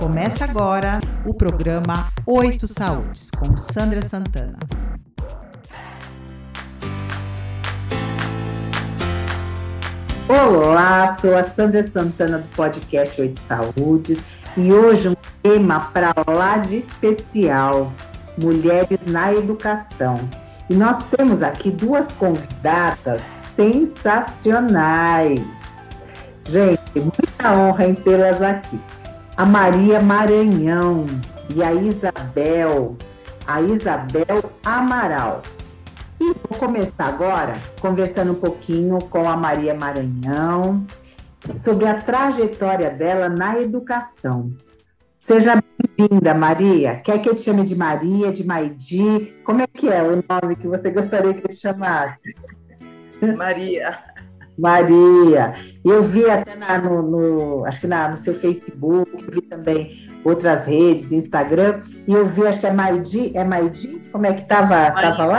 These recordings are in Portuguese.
Começa agora o programa 8 Saúdes, com Sandra Santana. Olá, sou a Sandra Santana do podcast 8 Saúdes e hoje um tema para lá de especial, mulheres na educação. E nós temos aqui duas convidadas sensacionais. Gente, muita honra em tê-las aqui. A Maria Maranhão e a Isabel Amaral. E vou começar agora conversando um pouquinho com a Maria Maranhão sobre a trajetória dela na educação. Seja bem-vinda, Maria. Quer que eu te chame de Maria, de Maidi? Como é que é o nome que você gostaria que eu te chamasse? Maria. Eu vi até acho que no seu Facebook, vi também outras redes, Instagram, e eu vi, acho que é Maidi. Como é que estava lá?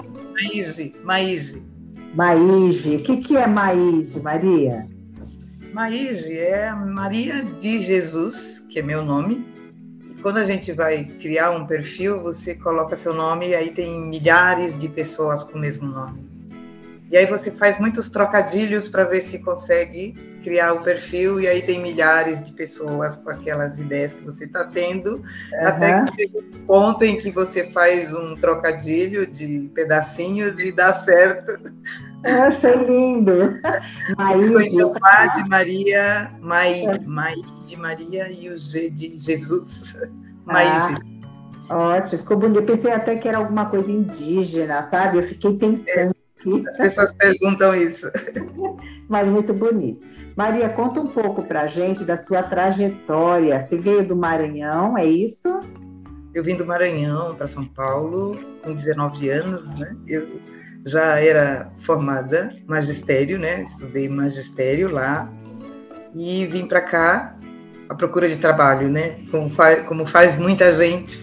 Maíse. O que é Maíse, Maria? Maíse é Maria de Jesus, que é meu nome. E quando a gente vai criar um perfil, você coloca seu nome e aí tem milhares de pessoas com o mesmo nome. E aí você faz muitos trocadilhos para ver se consegue criar o perfil, e aí tem milhares de pessoas com aquelas ideias que você está tendo, até que chega um ponto em que você faz um trocadilho de pedacinhos e dá certo. Eu achei lindo. Então, A de Maria, Mai de Maria e o G de Jesus. Maíse. Ótimo, ficou bonito. Eu pensei até que era alguma coisa indígena, sabe? Eu fiquei pensando. As pessoas perguntam isso. Mas muito bonito. Maria, conta um pouco para a gente da sua trajetória. Você veio do Maranhão, é isso? Eu vim do Maranhão para São Paulo com 19 anos, né? Eu já era formada magistério, né? Estudei magistério lá e vim para cá à procura de trabalho, né? Como fazia muita gente,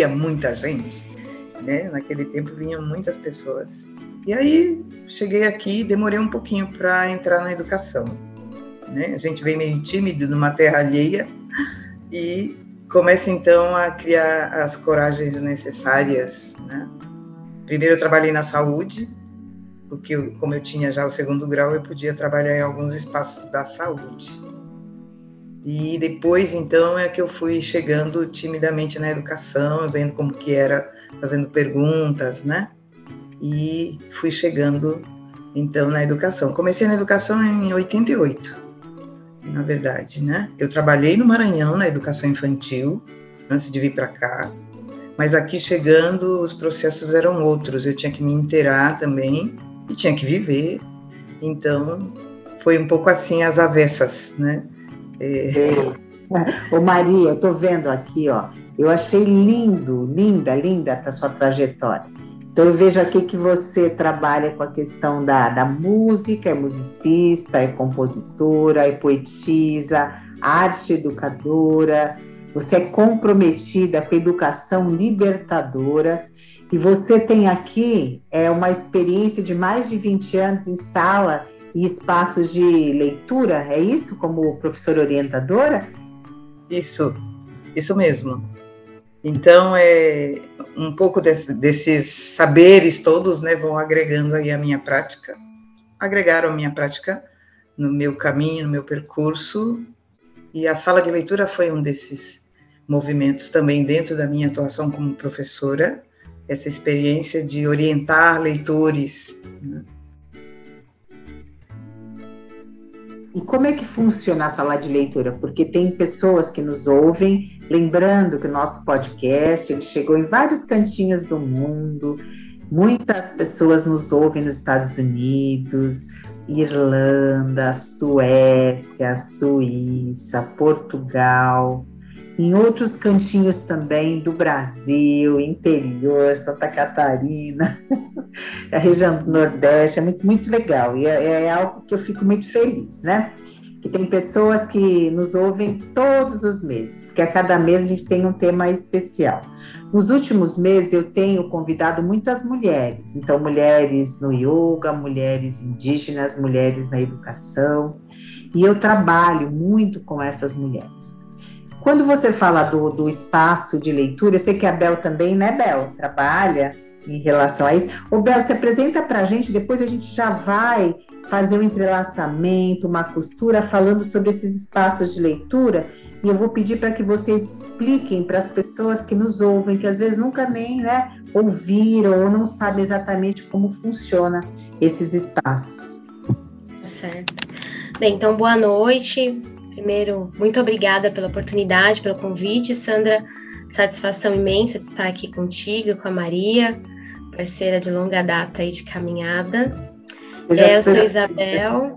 né? Naquele tempo vinham muitas pessoas. E aí, cheguei aqui, demorei um pouquinho para entrar na educação, né? A gente vem meio tímido numa terra alheia e começa, então, a criar as coragens necessárias, né? Primeiro eu trabalhei na saúde, porque como eu tinha já o 2º grau, eu podia trabalhar em alguns espaços da saúde. E depois, então, é que eu fui chegando timidamente na educação, vendo como que era, fazendo perguntas, né? E fui chegando, então, na educação. Comecei na educação em 88, na verdade, né? Eu trabalhei no Maranhão, na educação infantil, antes de vir para cá, mas aqui chegando, os processos eram outros. Eu tinha que me inteirar também e tinha que viver. Então, foi um pouco assim, as avessas, né? Ô Maria, eu tô vendo aqui, ó, eu achei linda a sua trajetória. Então, eu vejo aqui que você trabalha com a questão da música, é musicista, é compositora, é poetisa, arte educadora, você é comprometida com a educação libertadora, e você tem aqui uma experiência de mais de 20 anos em sala e espaços de leitura, é isso? Como professora orientadora? Isso mesmo. Então, um pouco desses saberes todos, né, vão agregando aí a minha prática, agregaram a minha prática no meu caminho, no meu percurso, e a sala de leitura foi um desses movimentos também dentro da minha atuação como professora, essa experiência de orientar leitores, né? E como é que funciona a sala de leitura? Porque tem pessoas que nos ouvem, lembrando que o nosso podcast ele chegou em vários cantinhos do mundo, muitas pessoas nos ouvem nos Estados Unidos, Irlanda, Suécia, Suíça, Portugal, em outros cantinhos também do Brasil, interior, Santa Catarina, a região do Nordeste, é muito, muito legal, e é algo que eu fico muito feliz, né? Que tem pessoas que nos ouvem todos os meses, que a cada mês a gente tem um tema especial. Nos últimos meses eu tenho convidado muitas mulheres, então mulheres no yoga, mulheres indígenas, mulheres na educação, e eu trabalho muito com essas mulheres. Quando você fala do espaço de leitura, eu sei que a Bel também, né, Bel, trabalha em relação a isso. Ô, Bel, se apresenta para a gente, depois a gente já vai fazer um entrelaçamento, uma costura, falando sobre esses espaços de leitura, e eu vou pedir para que vocês expliquem para as pessoas que nos ouvem, que às vezes nunca nem, né, ouviram ou não sabem exatamente como funciona esses espaços. Certo. Bem, então, boa noite. Primeiro, muito obrigada pela oportunidade, pelo convite, Sandra. Satisfação imensa de estar aqui contigo, com a Maria, parceira de longa data aí de caminhada. Eu sou Isabel.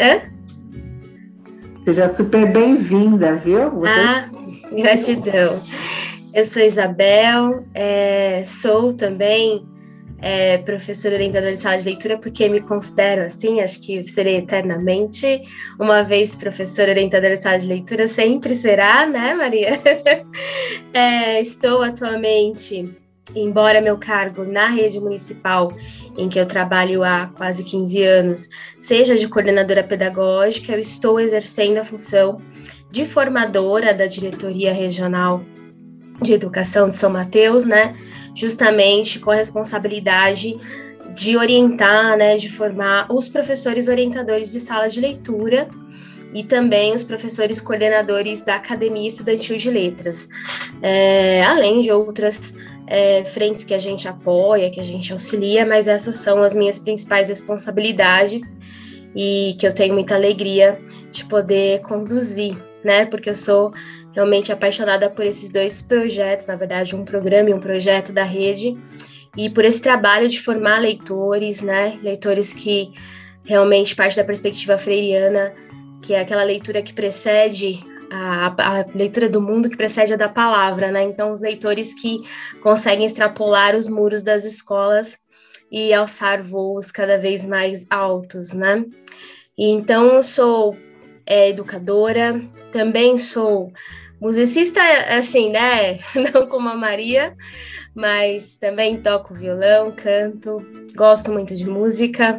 Seja super bem-vinda, viu? Gratidão. Eu sou Isabel, sou também professora orientadora de sala de leitura, porque me considero assim, acho que serei eternamente, uma vez professora orientadora de sala de leitura, sempre será, né, Maria? Estou atualmente, embora meu cargo na rede municipal, em que eu trabalho há quase 15 anos, seja de coordenadora pedagógica, eu estou exercendo a função de formadora da Diretoria Regional de Educação de São Mateus, né? Justamente com a responsabilidade de orientar, né, de formar os professores orientadores de sala de leitura e também os professores coordenadores da Academia Estudantil de Letras, além de outras frentes que a gente apoia, que a gente auxilia, mas essas são as minhas principais responsabilidades e que eu tenho muita alegria de poder conduzir, né, porque eu sou realmente apaixonada por esses dois projetos, na verdade, um programa e um projeto da rede, e por esse trabalho de formar leitores, né, leitores que realmente parte da perspectiva freiriana, que é aquela leitura que precede a leitura do mundo, que precede a da palavra, né, então os leitores que conseguem extrapolar os muros das escolas e alçar voos cada vez mais altos, né, e então eu sou educadora, também sou musicista, assim, né, não como a Maria, mas também toco violão, canto, gosto muito de música,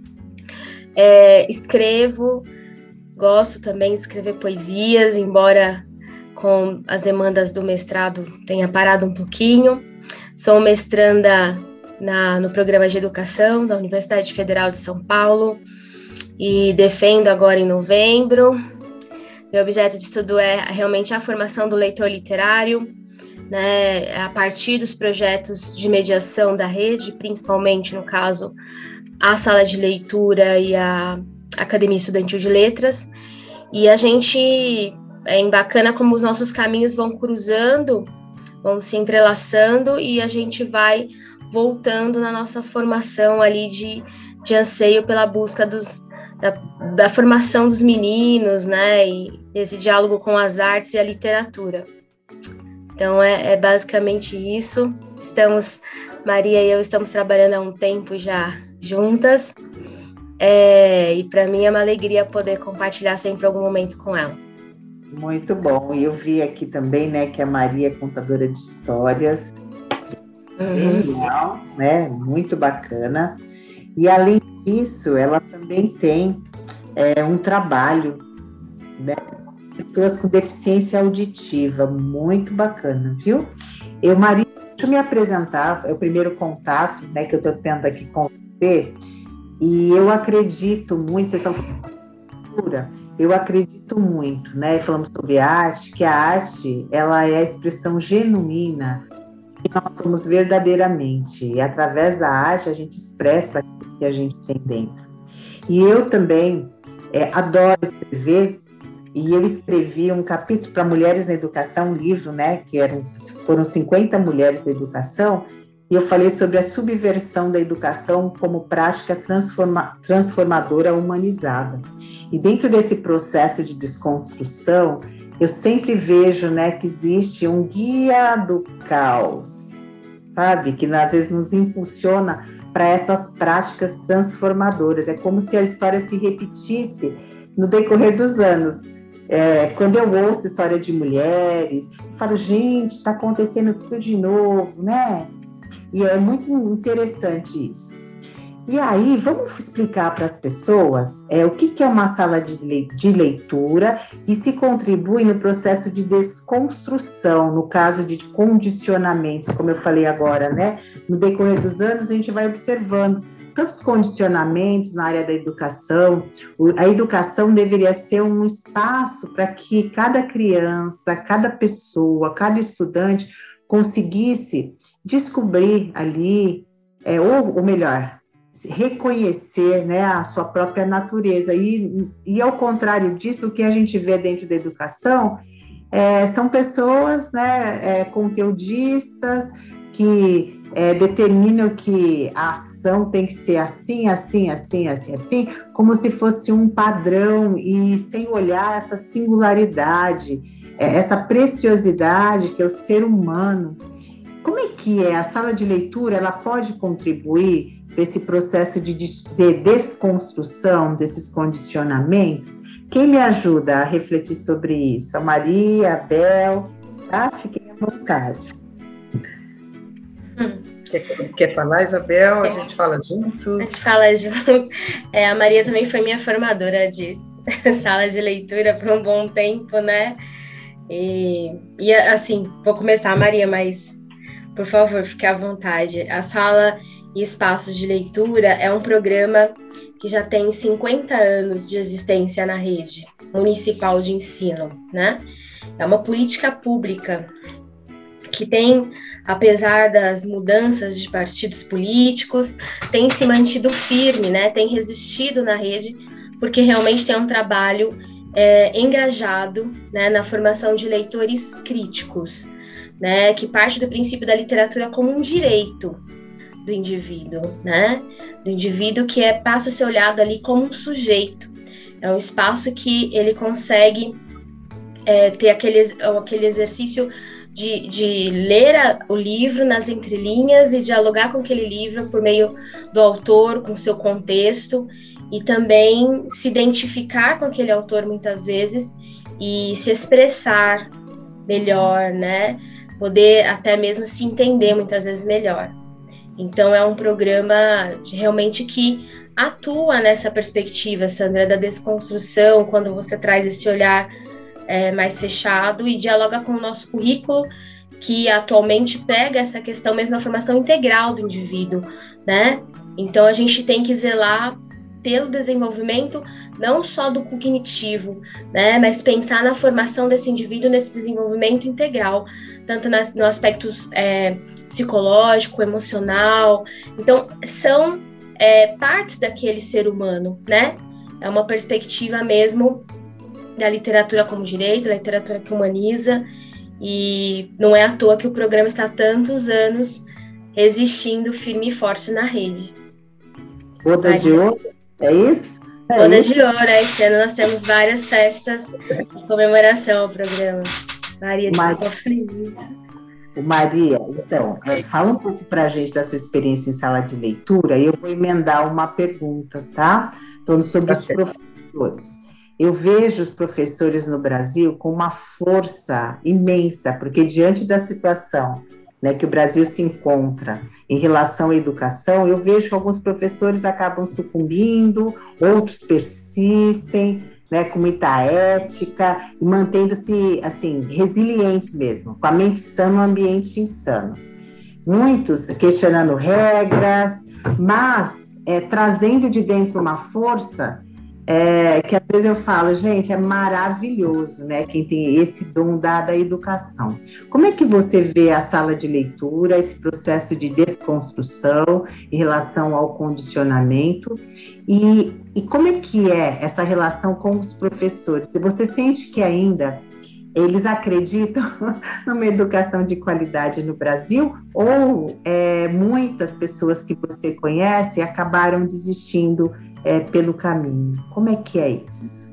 escrevo, gosto também de escrever poesias, embora com as demandas do mestrado tenha parado um pouquinho. Sou mestranda no programa de educação da Universidade Federal de São Paulo e defendo agora em novembro. Meu objeto de estudo é realmente a formação do leitor literário, né, a partir dos projetos de mediação da rede, principalmente, no caso, a sala de leitura e a Academia Estudantil de Letras. E a gente, bacana como os nossos caminhos vão cruzando, vão se entrelaçando e a gente vai voltando na nossa formação ali de anseio pela busca da formação dos meninos, né, e esse diálogo com as artes e a literatura. Então, é basicamente isso. Maria e eu estamos trabalhando há um tempo já juntas, e para mim é uma alegria poder compartilhar sempre algum momento com ela. Muito bom. E eu vi aqui também, né, que a Maria é contadora de histórias. Legal, né, muito bacana. E além disso, ela também tem um trabalho, né, pessoas com deficiência auditiva, muito bacana, viu? Maria, deixa eu me apresentar, é o primeiro contato, né, que eu estou tendo aqui com você, e eu acredito muito, vocês estão falando de cultura, eu acredito muito, né, falamos sobre arte, que a arte, ela é a expressão genuína que nós somos verdadeiramente, e através da arte a gente expressa o que a gente tem dentro. E eu também adoro escrever, e eu escrevi um capítulo para Mulheres na Educação, um livro, né, que foram 50 mulheres na educação, e eu falei sobre a subversão da educação como prática transformadora humanizada. E dentro desse processo de desconstrução, eu sempre vejo, né, que existe um guia do caos, sabe, que às vezes nos impulsiona para essas práticas transformadoras. É como se a história se repetisse no decorrer dos anos. Quando eu ouço história de mulheres, eu falo, gente, está acontecendo tudo de novo, né? E é muito interessante isso. E aí, vamos explicar para as pessoas o que é uma sala de leitura e se contribui no processo de desconstrução, no caso de condicionamentos, como eu falei agora, né? No decorrer dos anos, a gente vai observando tantos condicionamentos na área da educação. A educação deveria ser um espaço para que cada criança, cada pessoa, cada estudante conseguisse descobrir ali, ou melhor, reconhecer, né, a sua própria natureza. E ao contrário disso, o que a gente vê dentro da educação são pessoas, né, conteudistas que determinam que a ação tem que ser assim, assim, assim, assim, assim, como se fosse um padrão e sem olhar essa singularidade, essa preciosidade que é o ser humano. Como é que a sala de leitura ela pode contribuir para esse processo de desconstrução desses condicionamentos? Quem me ajuda a refletir sobre isso? A Maria, a Bel, tá? Fiquem à vontade. Quer falar, Isabel? A gente fala junto? A gente fala junto. A Maria também foi minha formadora de sala de leitura por um bom tempo, né? E assim, vou começar, Maria, mas por favor, fique à vontade. A Sala e Espaços de Leitura é um programa que já tem 50 anos de existência na rede municipal de ensino, né? É uma política pública que tem, apesar das mudanças de partidos políticos, tem se mantido firme, né? Tem resistido na rede, porque realmente tem um trabalho engajado, né, na formação de leitores críticos, né, que parte do princípio da literatura como um direito do indivíduo, né, do indivíduo que passa a ser olhado ali como um sujeito. É um espaço que ele consegue ter aquele exercício de ler o livro nas entrelinhas e dialogar com aquele livro por meio do autor, com seu contexto, e também se identificar com aquele autor muitas vezes e se expressar melhor, né? Poder até mesmo se entender muitas vezes melhor. Então é um programa realmente que atua nessa perspectiva, Sandra, da desconstrução, quando você traz esse olhar mais fechado e dialoga com o nosso currículo, que atualmente pega essa questão mesmo da formação integral do indivíduo, né? Então a gente tem que zelar pelo desenvolvimento não só do cognitivo, né, mas pensar na formação desse indivíduo nesse desenvolvimento integral, tanto no aspecto psicológico, emocional. Então, são partes daquele ser humano, né? É uma perspectiva mesmo da literatura como direito, da literatura que humaniza, e não é à toa que o programa está há tantos anos resistindo firme e forte na rede. Bodas de ouro, é isso? Bodas de ouro, esse ano nós temos várias festas de comemoração ao programa. Maria, estou feliz. Maria, então, fala um pouco para a gente da sua experiência em sala de leitura, e eu vou emendar uma pergunta, tá? Falando sobre os professores. Eu vejo os professores no Brasil com uma força imensa, porque diante da situação, né, que o Brasil se encontra em relação à educação, eu vejo que alguns professores acabam sucumbindo, outros persistem, né, com muita ética, e mantendo-se, assim, resilientes mesmo, com a mente sã no ambiente insano. Muitos questionando regras, mas trazendo de dentro uma força que às vezes eu falo, gente, é maravilhoso, né, quem tem esse dom da educação. Como é que você vê a sala de leitura, esse processo de desconstrução em relação ao condicionamento, e como é que é essa relação com os professores? Se você sente que ainda eles acreditam numa educação de qualidade no Brasil, ou muitas pessoas que você conhece acabaram desistindo pelo caminho? Como é que é isso?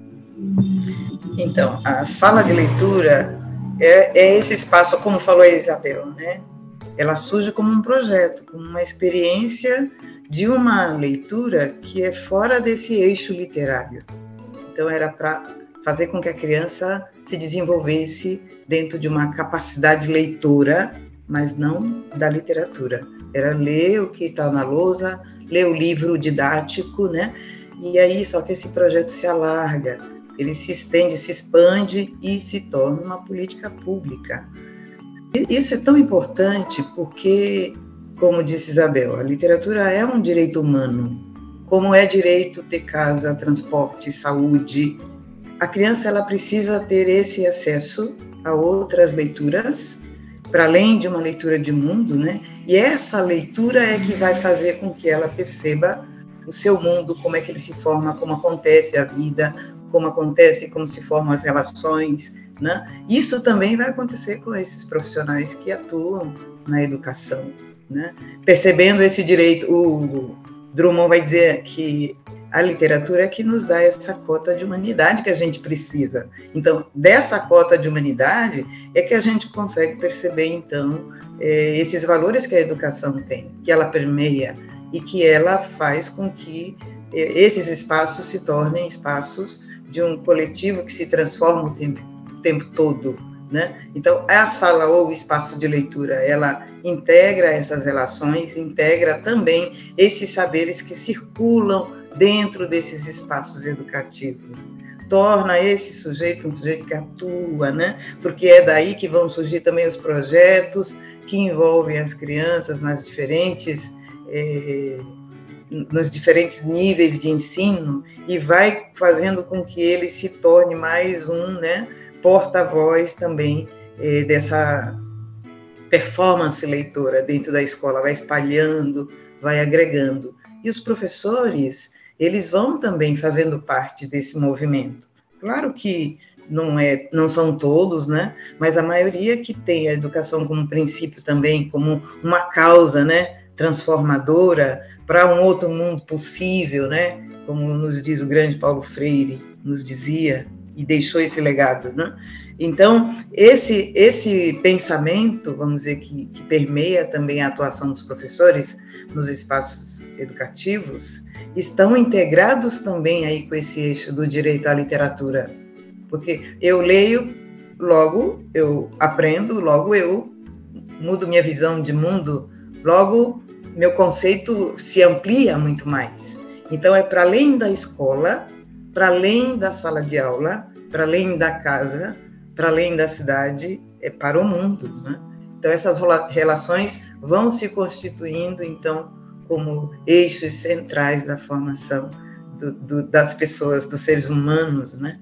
Então, a sala de leitura é esse espaço, como falou a Isabel, né? Ela surge como um projeto, como uma experiência de uma leitura que é fora desse eixo literário. Então, era para fazer com que a criança se desenvolvesse dentro de uma capacidade leitora, mas não da literatura, era ler o que está na lousa, ler o livro didático, né? E aí, só que esse projeto se alarga, ele se estende, se expande e se torna uma política pública. E isso é tão importante porque, como disse Isabel, a literatura é um direito humano, como é direito ter casa, transporte, saúde. A criança ela precisa ter esse acesso a outras leituras, para além de uma leitura de mundo, né? E essa leitura é que vai fazer com que ela perceba o seu mundo, como é que ele se forma, como acontece a vida, como se formam as relações, né? Isso também vai acontecer com esses profissionais que atuam na educação, né? Percebendo esse direito, o Drummond vai dizer que a literatura é que nos dá essa cota de humanidade que a gente precisa. Então, dessa cota de humanidade é que a gente consegue perceber, então, esses valores que a educação tem, que ela permeia e que ela faz com que esses espaços se tornem espaços de um coletivo que se transforma o tempo todo, né? Então, a sala ou o espaço de leitura, ela integra essas relações, integra também esses saberes que circulam dentro desses espaços educativos. Torna esse sujeito um sujeito que atua, né? Porque é daí que vão surgir também os projetos que envolvem as crianças nos diferentes níveis de ensino e vai fazendo com que ele se torne mais um, né, porta-voz também dessa performance leitora dentro da escola, vai espalhando, vai agregando. E os professores, eles vão também fazendo parte desse movimento. Claro que não são todos, né? Mas a maioria que tem a educação como princípio também, como uma causa, né, transformadora para um outro mundo possível, né? Como nos diz o grande Paulo Freire, nos dizia e deixou esse legado, né? Então, esse pensamento, vamos dizer, que permeia também a atuação dos professores nos espaços educativos, estão integrados também aí com esse eixo do direito à literatura. Porque eu leio, logo eu aprendo, logo eu mudo minha visão de mundo, logo meu conceito se amplia muito mais. Então, é para além da escola, para além da sala de aula, para além da casa, para além da cidade, é para o mundo, né? Então, essas relações vão se constituindo, então, como eixos centrais da formação das pessoas, dos seres humanos, né?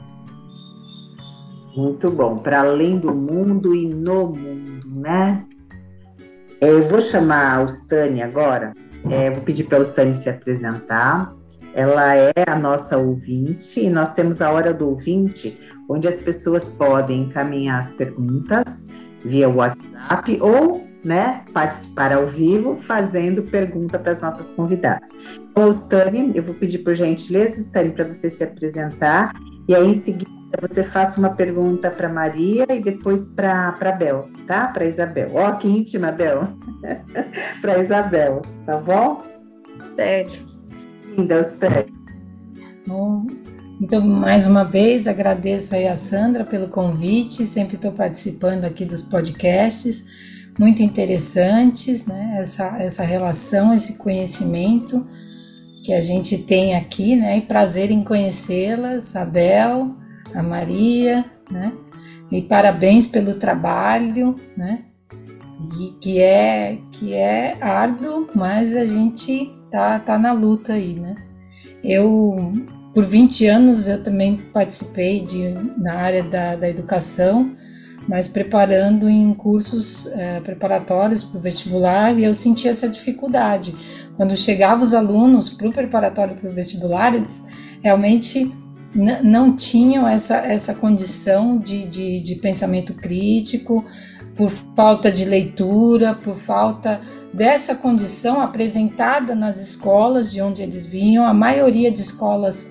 Muito bom, para além do mundo e no mundo, né? Eu vou chamar a Ustânia agora, vou pedir para a Ustânia se apresentar. Ela é a nossa ouvinte e nós temos a Hora do Ouvinte, onde as pessoas podem encaminhar as perguntas via WhatsApp ou, né, participar ao vivo fazendo pergunta para as nossas convidadas. Então, Ustânia, eu vou pedir por gentileza, Ustânia, para você se apresentar e aí em seguida você faça uma pergunta para Maria e depois para Bel, tá? Para Isabel. Ó, que íntima, Bel. Para Isabel, tá bom? Certo. Linda, Ustânia. Bom, então, mais uma vez, agradeço aí a Sandra pelo convite, sempre estou participando aqui dos podcasts, muito interessantes, né? Essa relação, esse conhecimento que a gente tem aqui, né? E prazer em conhecê-las, a Bel, a Maria, né? E parabéns pelo trabalho, né? E que é árduo, mas a gente tá na luta aí, né? Por 20 anos eu também participei na área da educação, mas preparando em cursos preparatórios para o vestibular, e eu senti essa dificuldade. Quando chegavam os alunos para o preparatório para o vestibular, eles realmente não tinham essa condição de pensamento crítico, por falta de leitura, por falta dessa condição apresentada nas escolas de onde eles vinham, a maioria de escolas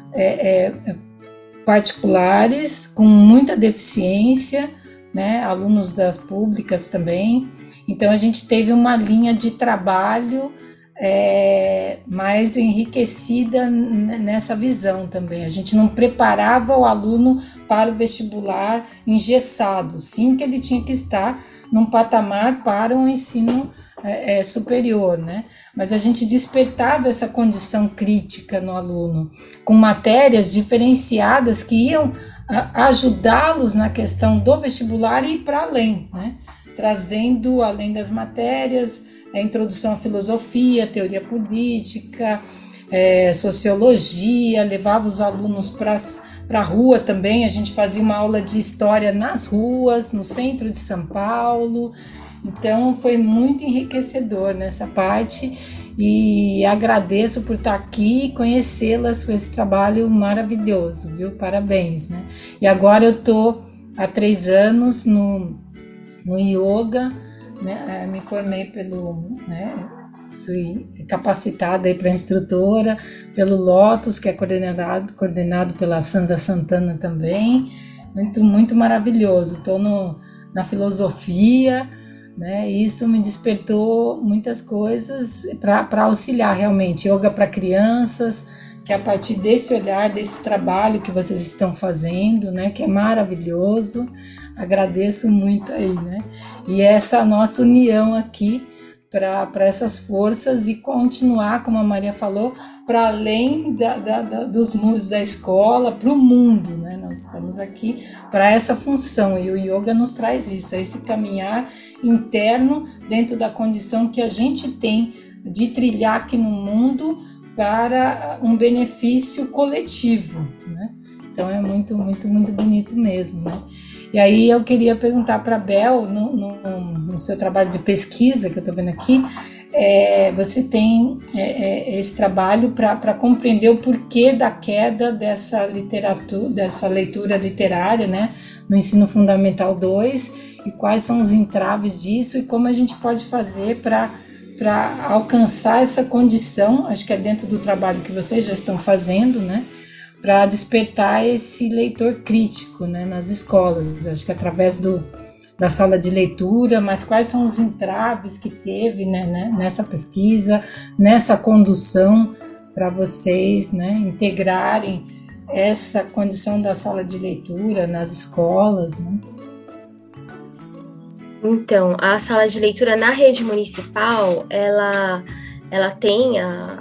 particulares, com muita deficiência, né? Alunos das públicas também. Então, a gente teve uma linha de trabalho mais enriquecida nessa visão também. A gente não preparava o aluno para o vestibular engessado, sim, que ele tinha que estar num patamar para um ensino superior, né? Mas a gente despertava essa condição crítica no aluno, com matérias diferenciadas que iam ajudá-los na questão do vestibular e ir para além, né? Trazendo, além das matérias, a introdução à filosofia, teoria política, sociologia, levava os alunos para a rua também. A gente fazia uma aula de história nas ruas, no centro de São Paulo. Então foi muito enriquecedor nessa parte e agradeço por estar aqui e conhecê-las com esse trabalho maravilhoso, viu? Parabéns, né? E agora eu estou há 3 anos no yoga, né? Me formei fui capacitada para instrutora pelo Lotus, que é coordenado pela Sandra Santana também, muito maravilhoso. Estou na filosofia, né? Isso me despertou muitas coisas para auxiliar realmente, yoga para crianças, que a partir desse olhar, desse trabalho que vocês estão fazendo, né? Que é maravilhoso, agradeço muito aí, né? E essa nossa união aqui para essas forças e continuar, como a Maria falou, para além dos muros da escola, para o mundo, né? Nós estamos aqui para essa função e o yoga nos traz isso, esse caminhar interno dentro da condição que a gente tem de trilhar aqui no mundo para um benefício coletivo, né? Então é muito bonito mesmo, né? E aí eu queria perguntar para a Bel, no seu trabalho de pesquisa, que eu estou vendo aqui, você tem esse trabalho para compreender o porquê da queda dessa leitura literária, né, no Ensino Fundamental 2, e quais são os entraves disso, e como a gente pode fazer para alcançar essa condição, acho que é dentro do trabalho que vocês já estão fazendo, né, para despertar esse leitor crítico, né, nas escolas, acho que através da sala de leitura, mas quais são os entraves que teve, né, nessa pesquisa, nessa condução, para vocês, né, integrarem essa condição da sala de leitura nas escolas, né? Então, a sala de leitura na rede municipal, ela tem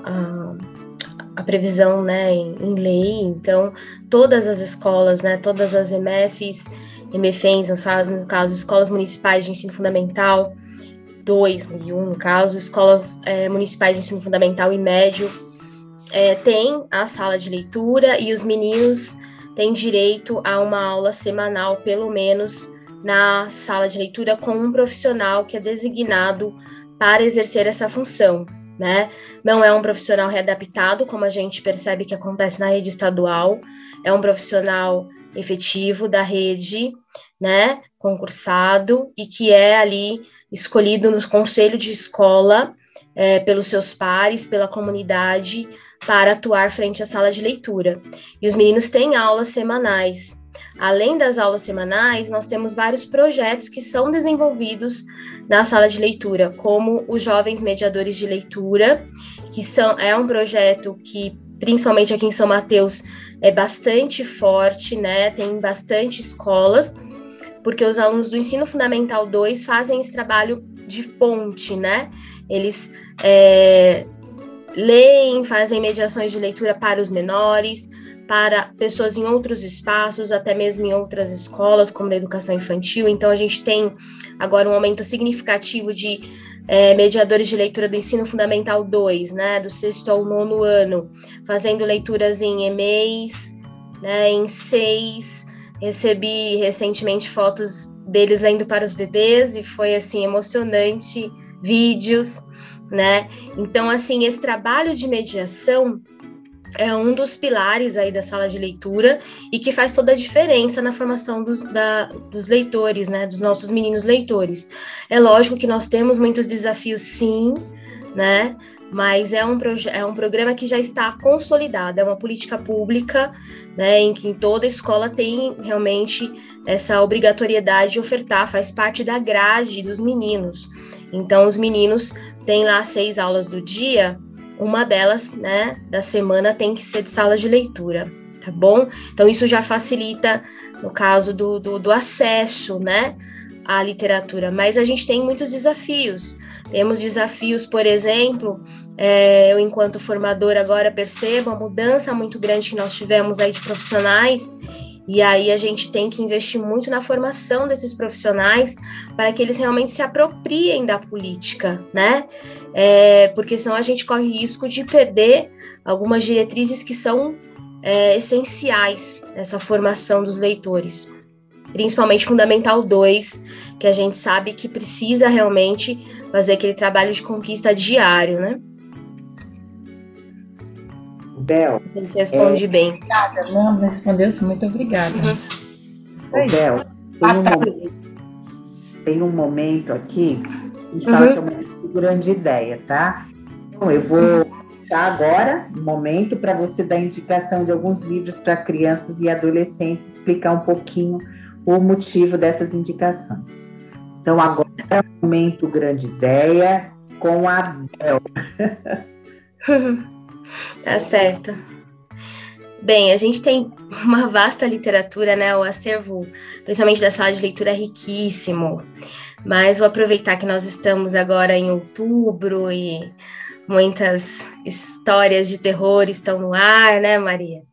a previsão, né, em lei. Então todas as escolas, né, todas as EMEFs, no caso, escolas municipais de ensino fundamental 2 e 1, no caso, escolas municipais de ensino fundamental e médio, tem a sala de leitura e os meninos têm direito a uma aula semanal, pelo menos, na sala de leitura com um profissional que é designado para exercer essa função, né? Não é um profissional readaptado, como a gente percebe que acontece na rede estadual, é um profissional efetivo da rede, né, concursado, e que é ali escolhido no conselho de escola, pelos seus pares, pela comunidade, para atuar frente à sala de leitura. E os meninos têm aulas semanais. Além das aulas semanais, nós temos vários projetos que são desenvolvidos na sala de leitura, como os Jovens Mediadores de Leitura, que é um projeto que, principalmente aqui em São Mateus, é bastante forte, né? Tem bastante escolas, porque os alunos do Ensino Fundamental 2 fazem esse trabalho de ponte, né? Eles leem, fazem mediações de leitura para os menores, para pessoas em outros espaços, até mesmo em outras escolas, como na educação infantil. Então, a gente tem agora um aumento significativo de mediadores de leitura do Ensino Fundamental 2, né, do 6º ao 9º ano, fazendo leituras em EMEIs, né, em 6. Recebi recentemente fotos deles lendo para os bebês e foi, assim, emocionante, vídeos, né. Então, assim, esse trabalho de mediação é um dos pilares aí da sala de leitura e que faz toda a diferença na formação dos leitores, né, dos nossos meninos leitores. É lógico que nós temos muitos desafios, sim, né, mas é um programa que já está consolidado, é uma política pública, né, em que toda escola tem realmente essa obrigatoriedade de ofertar, faz parte da grade dos meninos. Então, os meninos têm lá 6 aulas do dia. Uma delas, né, da semana tem que ser de sala de leitura, tá bom? Então, isso já facilita, no caso do acesso, né, à literatura. Mas a gente tem muitos desafios. Temos desafios, por exemplo, eu enquanto formadora agora percebo a mudança muito grande que nós tivemos aí de profissionais, e aí a gente tem que investir muito na formação desses profissionais para que eles realmente se apropriem da política, né? Porque senão a gente corre risco de perder algumas diretrizes que são essenciais nessa formação dos leitores, principalmente Fundamental 2, que a gente sabe que precisa realmente fazer aquele trabalho de conquista diário, né? Bel, você responde bem. Obrigada, não respondeu-se, muito obrigada. Isso aí. Bel, tem um momento aqui, a gente fala que é uma grande ideia, tá? Então, eu vou deixar agora um momento para você dar indicação de alguns livros para crianças e adolescentes, explicar um pouquinho o motivo dessas indicações. Então, agora é o momento grande ideia com a Bel. Tá certo. Bem, a gente tem uma vasta literatura, né? O acervo, principalmente da sala de leitura, é riquíssimo. Mas vou aproveitar que nós estamos agora em outubro e muitas histórias de terror estão no ar, né, Maria?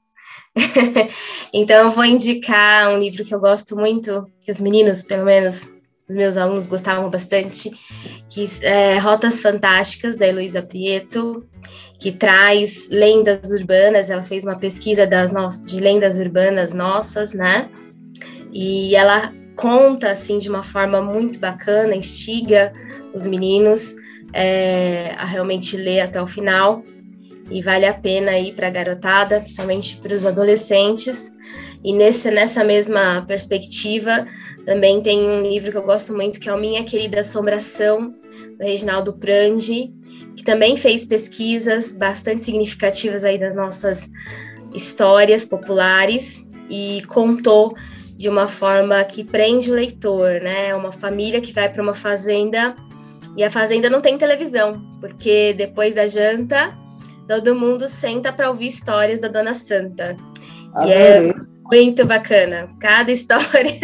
Então eu vou indicar um livro que eu gosto muito, que os meninos, pelo menos os meus alunos, gostavam bastante, que é Rotas Fantásticas, da Heloísa Prieto, que traz lendas urbanas. Ela fez uma pesquisa de lendas urbanas nossas, né? E ela conta, assim, de uma forma muito bacana, instiga os meninos a realmente ler até o final, e vale a pena ir para a garotada, principalmente para os adolescentes. E nessa mesma perspectiva, também tem um livro que eu gosto muito, que é o Minha Querida Assombração, do Reginaldo Prandi, que também fez pesquisas bastante significativas aí das nossas histórias populares e contou de uma forma que prende o leitor, né? Uma família que vai para uma fazenda e a fazenda não tem televisão, porque depois da janta todo mundo senta para ouvir histórias da Dona Santa. Adorei. E é muito bacana. Cada história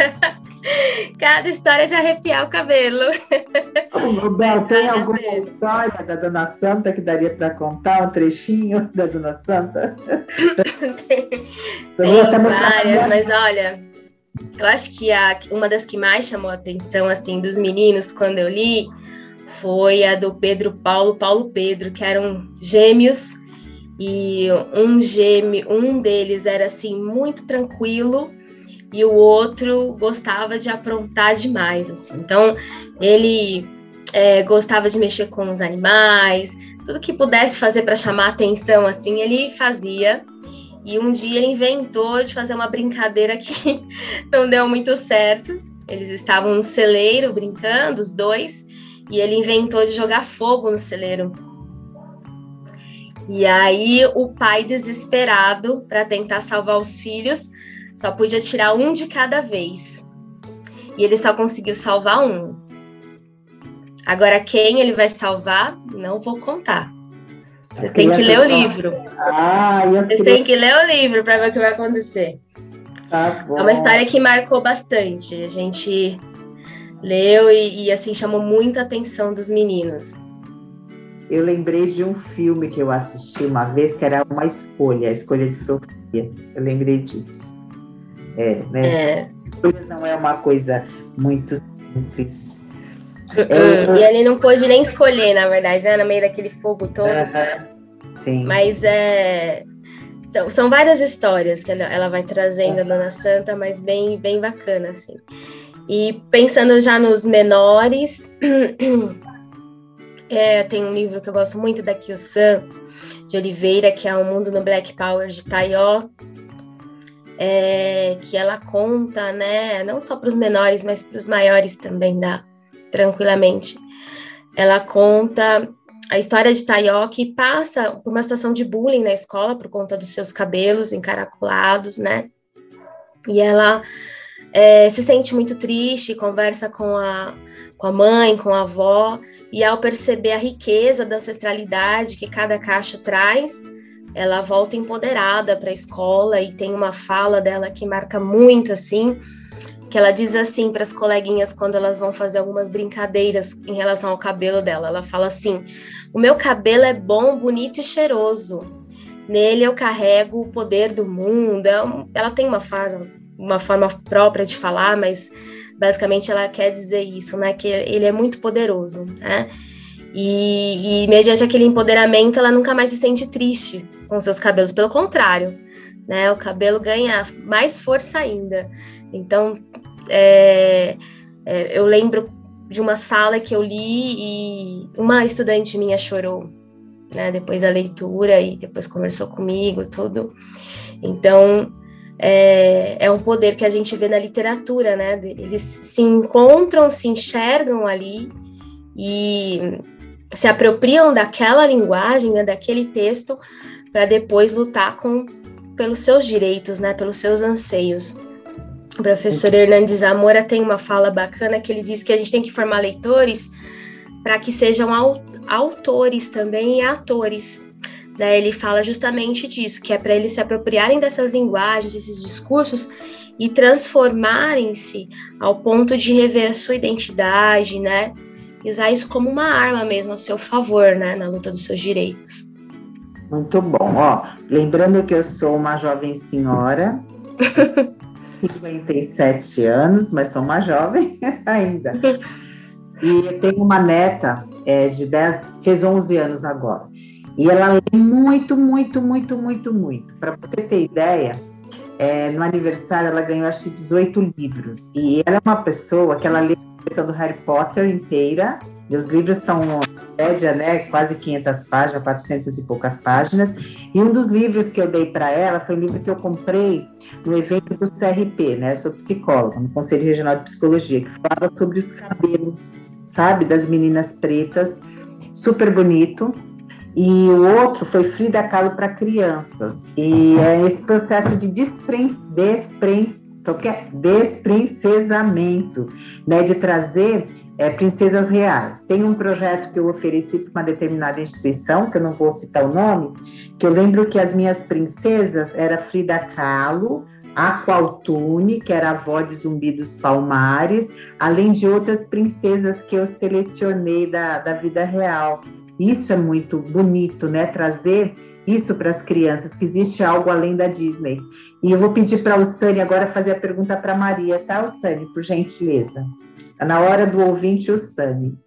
de arrepiar o cabelo. Bel, tem alguma história da Dona Santa que daria para contar um trechinho da Dona Santa? Tem várias, mas olha, eu acho que uma das que mais chamou a atenção, assim, dos meninos quando eu li, foi a do Paulo Pedro, que eram gêmeos, e um deles era, assim, muito tranquilo, e o outro gostava de aprontar demais, assim. Então, ele gostava de mexer com os animais, tudo que pudesse fazer para chamar a atenção, assim, ele fazia. E um dia ele inventou de fazer uma brincadeira que não deu muito certo. Eles estavam no celeiro brincando, os dois, e ele inventou de jogar fogo no celeiro. E aí o pai, desesperado para tentar salvar os filhos, só podia tirar um de cada vez. E ele só conseguiu salvar um. Agora, quem ele vai salvar, não vou contar. Você tem que ler o livro. Vocês têm que ler o livro para ver o que vai acontecer. Tá bom. É uma história que marcou bastante. A gente leu e assim, chamou muita atenção dos meninos. Eu lembrei de um filme que eu assisti uma vez, que era A Escolha de Sofia. Eu lembrei disso. Escolhas não é uma coisa muito simples. E ele não pôde nem escolher, na verdade, né? No meio daquele fogo todo. Sim. Mas são várias histórias que ela vai trazendo, a Dona Santa, mas bem, bem bacana, assim. E pensando já nos menores, tem um livro que eu gosto muito da Kyo-san de Oliveira, que é O Mundo no Black Power, de Taiyo, que ela conta, né, não só para os menores, mas para os maiores também dá tranquilamente. Ela conta a história de Taiyo, que passa por uma situação de bullying na escola por conta dos seus cabelos encaracolados, né? E ela se sente muito triste, conversa com a mãe, com a avó, e ao perceber a riqueza da ancestralidade que cada caixa traz, ela volta empoderada para a escola, e tem uma fala dela que marca muito, assim, que ela diz assim para as coleguinhas quando elas vão fazer algumas brincadeiras em relação ao cabelo dela. Ela fala assim: o meu cabelo é bom, bonito e cheiroso. Nele eu carrego o poder do mundo. Ela tem uma forma própria de falar, mas basicamente ela quer dizer isso, né? Que ele é muito poderoso, né? E mediante aquele empoderamento, ela nunca mais se sente triste com seus cabelos. Pelo contrário, né? O cabelo ganha mais força ainda. Então, eu lembro de uma sala que eu li e uma estudante minha chorou, né, depois da leitura, e depois conversou comigo, tudo. Então, é um poder que a gente vê na literatura, né? Eles se encontram, se enxergam ali e se apropriam daquela linguagem, né, daquele texto, para depois lutar pelos seus direitos, né, pelos seus anseios. O professor Hernandes Zamora tem uma fala bacana que ele diz que a gente tem que formar leitores para que sejam autores também e atores. Né? Ele fala justamente disso, que é para eles se apropriarem dessas linguagens, desses discursos e transformarem-se ao ponto de rever a sua identidade, né? E usar isso como uma arma mesmo a seu favor, né? Na luta dos seus direitos. Muito bom. Ó, lembrando que eu sou uma jovem senhora, 57 anos, mas sou uma jovem ainda. E eu tenho uma neta de 10, fez 11 anos agora. E ela lê muito, muito, muito, muito, muito. Para você ter ideia, no aniversário ela ganhou acho que 18 livros. E ela é uma pessoa que ela lê a coleção do Harry Potter inteira. E os livros são, média, né, quase 500 páginas, 400 e poucas páginas. E um dos livros que eu dei para ela foi um livro que eu comprei no evento do CRP, né? Eu sou psicóloga, no Conselho Regional de Psicologia, que falava sobre os cabelos, sabe, das meninas pretas, super bonito. E o outro foi Frida Kahlo para crianças. E é esse processo de desprincesamento, né, de trazer princesas reais. Tem um projeto que eu ofereci para uma determinada instituição, que eu não vou citar o nome, que eu lembro que as minhas princesas era Frida Kahlo, Aqualtune, que era a avó de Zumbi dos Palmares, além de outras princesas que eu selecionei da vida real. Isso é muito bonito, né? Trazer isso para as crianças, que existe algo além da Disney. E eu vou pedir para a Ustane agora fazer a pergunta para a Maria, tá, Ustane, por gentileza? Na hora do ouvinte, Ustane.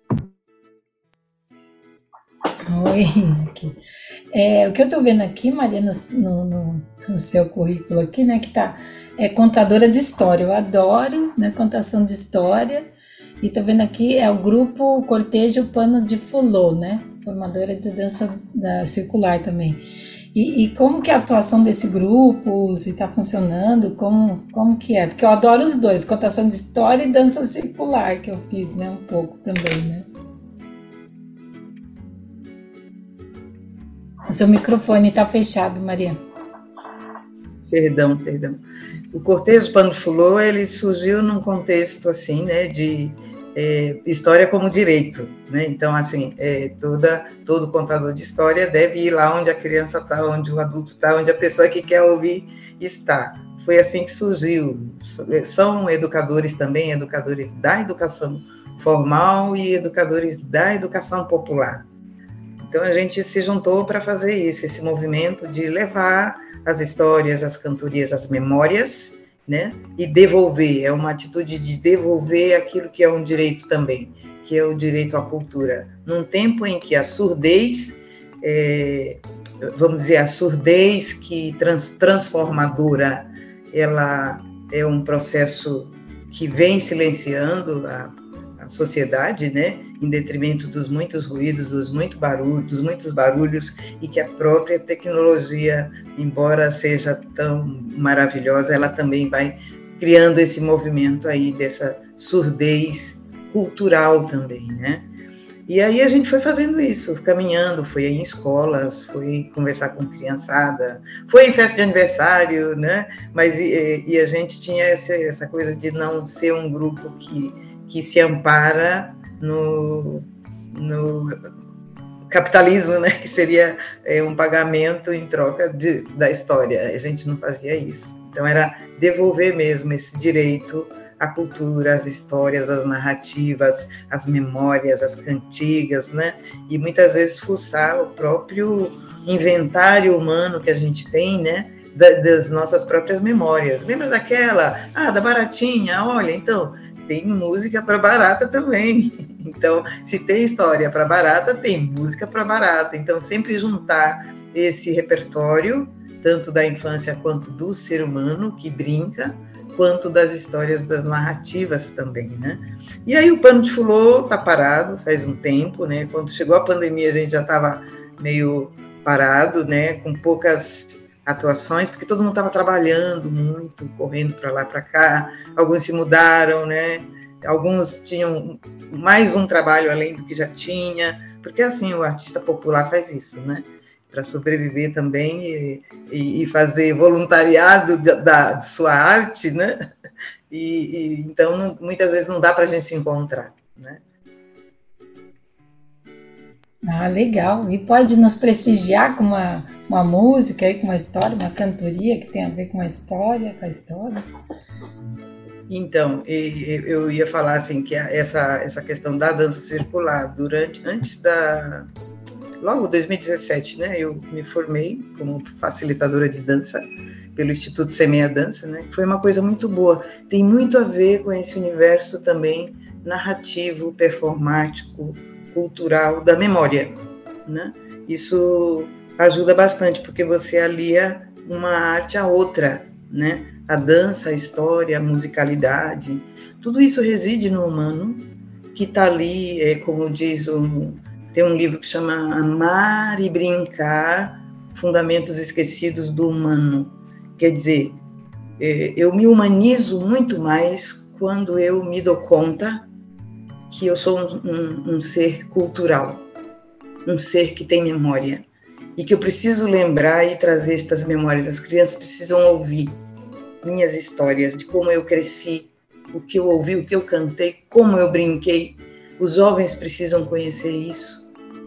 Oi, aqui. O que eu estou vendo aqui, Maria, no seu currículo aqui, né, que tá contadora de história. Eu adoro, né, contação de história. E estou vendo aqui, o grupo Cortejo Pano de Fulô, né, formadora de dança circular também. E como que é a atuação desse grupo, se está funcionando, como que é? Porque eu adoro os dois, contação de história e dança circular, que eu fiz, né, um pouco também, né. O seu microfone está fechado, Maria. Perdão. O Cortejo Pano de Fulô, ele surgiu num contexto, assim, né, de história como direito, né? Então, assim, todo contador de história deve ir lá onde a criança está, onde o adulto está, onde a pessoa que quer ouvir está. Foi assim que surgiu. São educadores também, educadores da educação formal e educadores da educação popular. Então, a gente se juntou para fazer isso, esse movimento de levar as histórias, as cantorias, as memórias, né? E devolver, é uma atitude de devolver aquilo que é um direito também, que é o direito à cultura. Num tempo em que a surdez, vamos dizer, a surdez que transformadora, ela é um processo que vem silenciando a sociedade, né? Em detrimento dos muitos ruídos, dos muitos barulhos, e que a própria tecnologia, embora seja tão maravilhosa, ela também vai criando esse movimento aí dessa surdez cultural também, né? E aí a gente foi fazendo isso, caminhando, foi em escolas, foi conversar com criançada, foi em festa de aniversário, né? Mas e a gente tinha essa coisa de não ser um grupo que se ampara no capitalismo, né, que seria um pagamento em troca da história. A gente não fazia isso. Então, era devolver mesmo esse direito a cultura, as histórias, as narrativas, as memórias, as cantigas, né? E muitas vezes fuçar o próprio inventário humano que a gente tem, né? Das nossas próprias memórias. Lembra daquela? Da baratinha, olha, então, tem música para barata também. Então, se tem história para barata, tem música para barata. Então, sempre juntar esse repertório, tanto da infância quanto do ser humano que brinca, quanto das histórias, das narrativas também, né? E aí o Pano de Fulô está parado faz um tempo, né? Quando chegou a pandemia, a gente já estava meio parado, né? Com poucas atuações, porque todo mundo estava trabalhando muito, correndo para lá, para cá. Alguns se mudaram, né? Alguns tinham mais um trabalho além do que já tinha, porque assim, o artista popular faz isso, né? Para sobreviver também e fazer voluntariado de sua arte, né? Então, muitas vezes não dá para a gente se encontrar, né? Legal. E pode nos prestigiar com uma música, aí, com uma história, uma cantoria que tem a ver com a história, Então, eu ia falar assim, que essa questão da dança circular, logo em 2017, né, eu me formei como facilitadora de dança pelo Instituto Semeia Dança, né, foi uma coisa muito boa, tem muito a ver com esse universo também narrativo, performático, cultural, da memória, né, isso ajuda bastante, porque você alia uma arte à outra, né, a dança, a história, a musicalidade, tudo isso reside no humano, que está ali, como diz tem um livro que chama Amar e Brincar, Fundamentos Esquecidos do Humano. Quer dizer, eu me humanizo muito mais quando eu me dou conta que eu sou um ser cultural, um ser que tem memória, e que eu preciso lembrar e trazer estas memórias. As crianças precisam ouvir minhas histórias, de como eu cresci, o que eu ouvi, o que eu cantei, como eu brinquei. Os jovens precisam conhecer isso.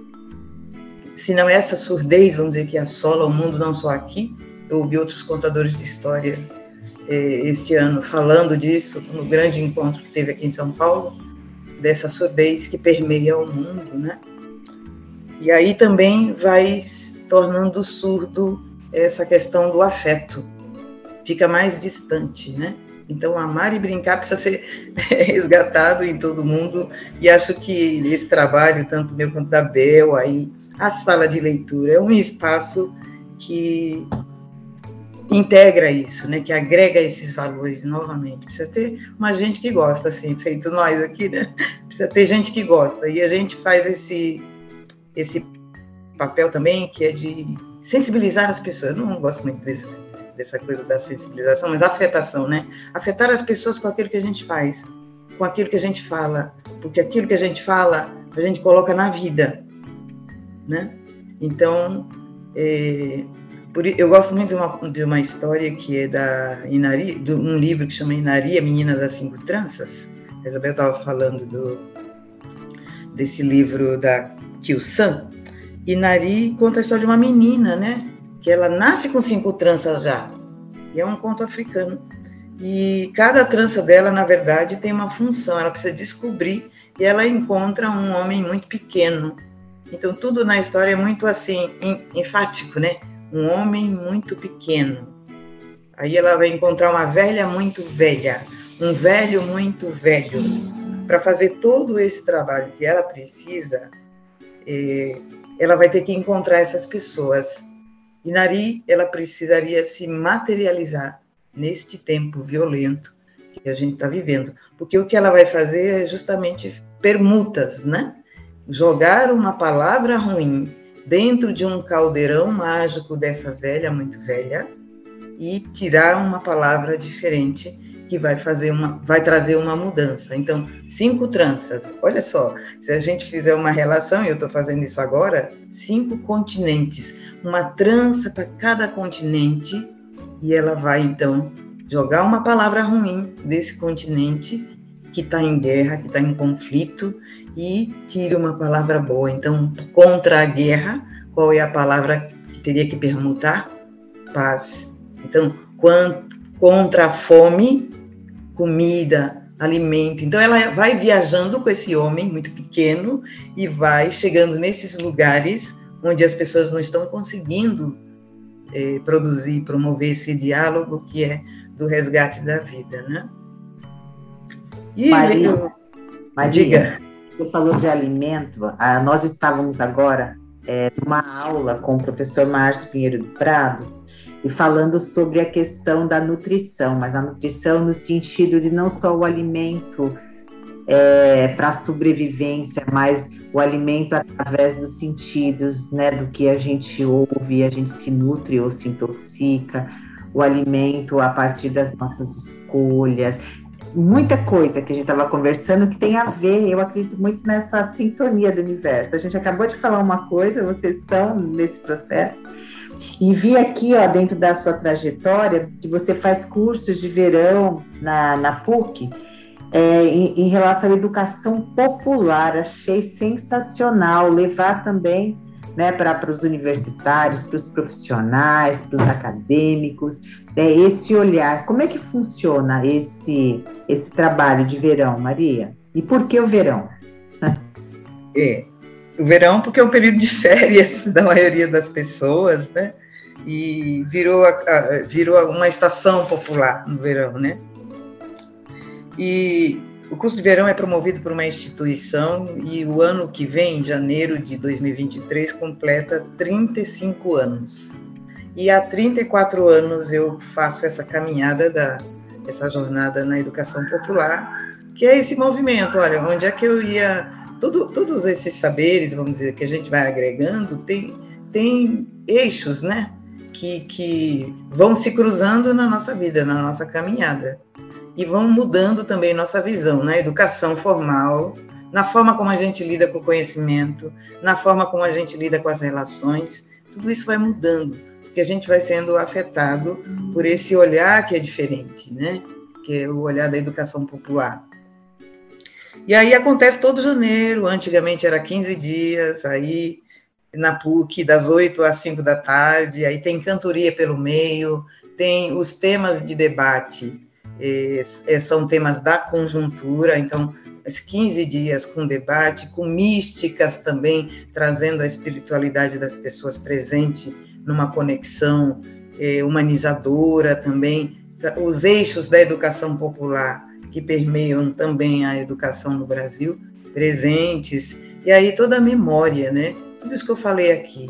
Senão essa surdez, vamos dizer, que assola o mundo, não só aqui. Eu ouvi outros contadores de história este ano falando disso, no grande encontro que teve aqui em São Paulo, dessa surdez que permeia o mundo, né? E aí também vai tornando surdo essa questão do afeto. Fica mais distante, né? Então, amar e brincar precisa ser resgatado em todo mundo, e acho que esse trabalho, tanto meu quanto da Bel, aí, a sala de leitura, é um espaço que integra isso, né? Que agrega esses valores novamente. Precisa ter uma gente que gosta, assim, feito nós aqui, né? Precisa ter gente que gosta, e a gente faz esse papel também, que é de sensibilizar as pessoas. Eu não gosto muito dessa coisa da sensibilização, mas a afetação, né? Afetar as pessoas com aquilo que a gente faz, com aquilo que a gente fala, porque aquilo que a gente fala, a gente coloca na vida, né? Então, eu gosto muito de uma história que é da Inari, de um livro que chama Inari, a Menina das 5 Tranças. A Isabel estava falando desse livro da Kyu-san. Inari conta a história de uma menina, né? Que ela nasce com 5 tranças já, e é um conto africano. E cada trança dela, na verdade, tem uma função, ela precisa descobrir, e ela encontra um homem muito pequeno. Então, tudo na história é muito, assim, enfático, né? Um homem muito pequeno. Aí ela vai encontrar uma velha muito velha, um velho muito velho. Para fazer todo esse trabalho que ela precisa, ela vai ter que encontrar essas pessoas. Inari, ela precisaria se materializar neste tempo violento que a gente está vivendo, porque o que ela vai fazer é justamente permutas, né? Jogar uma palavra ruim dentro de um caldeirão mágico dessa velha, muito velha, e tirar uma palavra diferente que vai trazer uma mudança. Então, 5 tranças. Olha só, se a gente fizer uma relação, e eu estou fazendo isso agora, 5 continentes, uma trança para cada continente, e ela vai, então, jogar uma palavra ruim desse continente que está em guerra, que está em conflito, e tira uma palavra boa. Então, contra a guerra, qual é a palavra que teria que permutar? Paz. Então, contra a fome, comida. alimento. Então, ela vai viajando com esse homem muito pequeno e vai chegando nesses lugares onde as pessoas não estão conseguindo produzir, promover esse diálogo que é do resgate da vida, né? E Maria, diga. Você falou de alimento. Nós estávamos agora numa aula com o professor Márcio Pinheiro do Prado e falando sobre a questão da nutrição, mas a nutrição no sentido de não só o alimento para a sobrevivência, mas o alimento através dos sentidos, né, do que a gente ouve, a gente se nutre ou se intoxica, o alimento a partir das nossas escolhas, muita coisa que a gente estava conversando que tem a ver, eu acredito muito nessa sintonia do universo. A gente acabou de falar uma coisa, vocês estão nesse processo, e vi aqui, ó, dentro da sua trajetória, que você faz cursos de verão na PUC, em relação à educação popular. Achei sensacional levar também, né, para os universitários, para os profissionais, para os acadêmos, esse olhar. Como é que funciona esse trabalho de verão, Maria? E por que o verão? O verão porque é um período de férias da maioria das pessoas, né? E virou uma estação popular no verão, né? E o curso de verão é promovido por uma instituição e o ano que vem, em janeiro de 2023, completa 35 anos. E há 34 anos eu faço essa caminhada, essa jornada na educação popular, que é esse movimento, olha, onde é que eu ia... Todos esses saberes, vamos dizer, que a gente vai agregando, tem eixos, né? Que vão se cruzando na nossa vida, na nossa caminhada. E vão mudando também nossa visão na educação formal, na forma como a gente lida com o conhecimento, na forma como a gente lida com as relações. Tudo isso vai mudando, porque a gente vai sendo afetado por esse olhar que é diferente, né? Que é o olhar da educação popular. E aí acontece todo janeiro, antigamente era 15 dias, aí na PUC, das 8 às 5 da tarde, aí tem cantoria pelo meio, tem os temas de debate, são temas da conjuntura, então, 15 dias com debate, com místicas também, trazendo a espiritualidade das pessoas presente numa conexão humanizadora também, os eixos da educação popular, que permeiam também a educação no Brasil, presentes, e aí toda a memória, né? Tudo isso que eu falei aqui,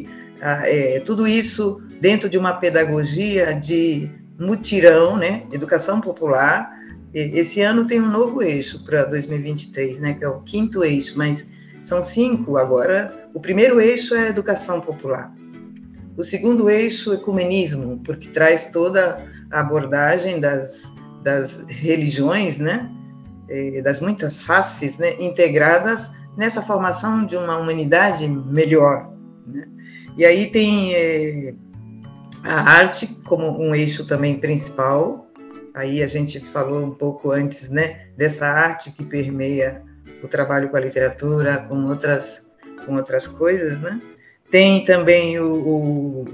tudo isso dentro de uma pedagogia de mutirão, né? Educação popular. Esse ano tem um novo eixo para 2023, né? Que é o 5º eixo, mas são 5 agora. O primeiro eixo é a educação popular. O segundo eixo é ecumenismo, porque traz toda a abordagem das religiões, né? Das muitas faces, né? Integradas nessa formação de uma humanidade melhor, né? E aí tem a arte como um eixo também principal. Aí a gente falou um pouco antes, né, dessa arte que permeia o trabalho com a literatura, com outras coisas, né? Tem também o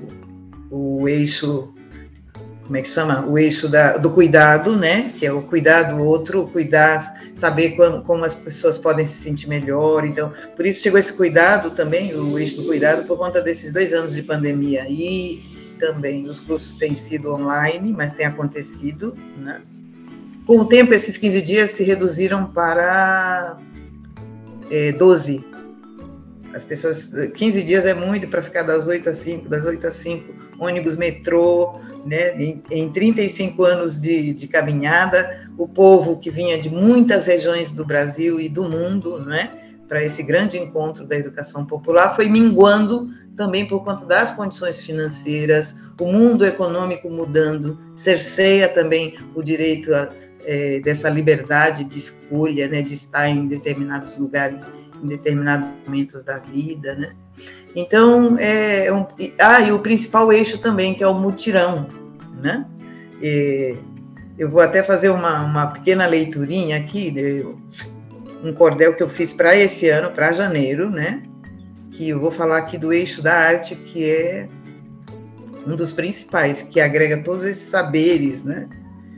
eixo, como é que chama? O eixo do cuidado, né? Que é o cuidar do outro, cuidar, saber como as pessoas podem se sentir melhor. Então, por isso chegou esse cuidado também, o eixo do cuidado, por conta desses 2 anos de pandemia. E também os cursos têm sido online, mas tem acontecido, né? Com o tempo, esses 15 dias se reduziram para 12. As pessoas, 15 dias é muito para ficar das 8 às 5, ônibus, metrô, né? Em 35 anos de caminhada, o povo que vinha de muitas regiões do Brasil e do mundo, né, para esse grande encontro da educação popular, foi minguando também por conta das condições financeiras, o mundo econômico mudando, cerceia também o direito dessa liberdade de escolha, né, de estar em determinados lugares, em determinados momentos da vida, né? Então, e o principal eixo também, que é o mutirão, né? Eu vou até fazer uma pequena leiturinha aqui, um cordel que eu fiz para esse ano, para janeiro, né? Que eu vou falar aqui do eixo da arte, que é um dos principais, que agrega todos esses saberes, né?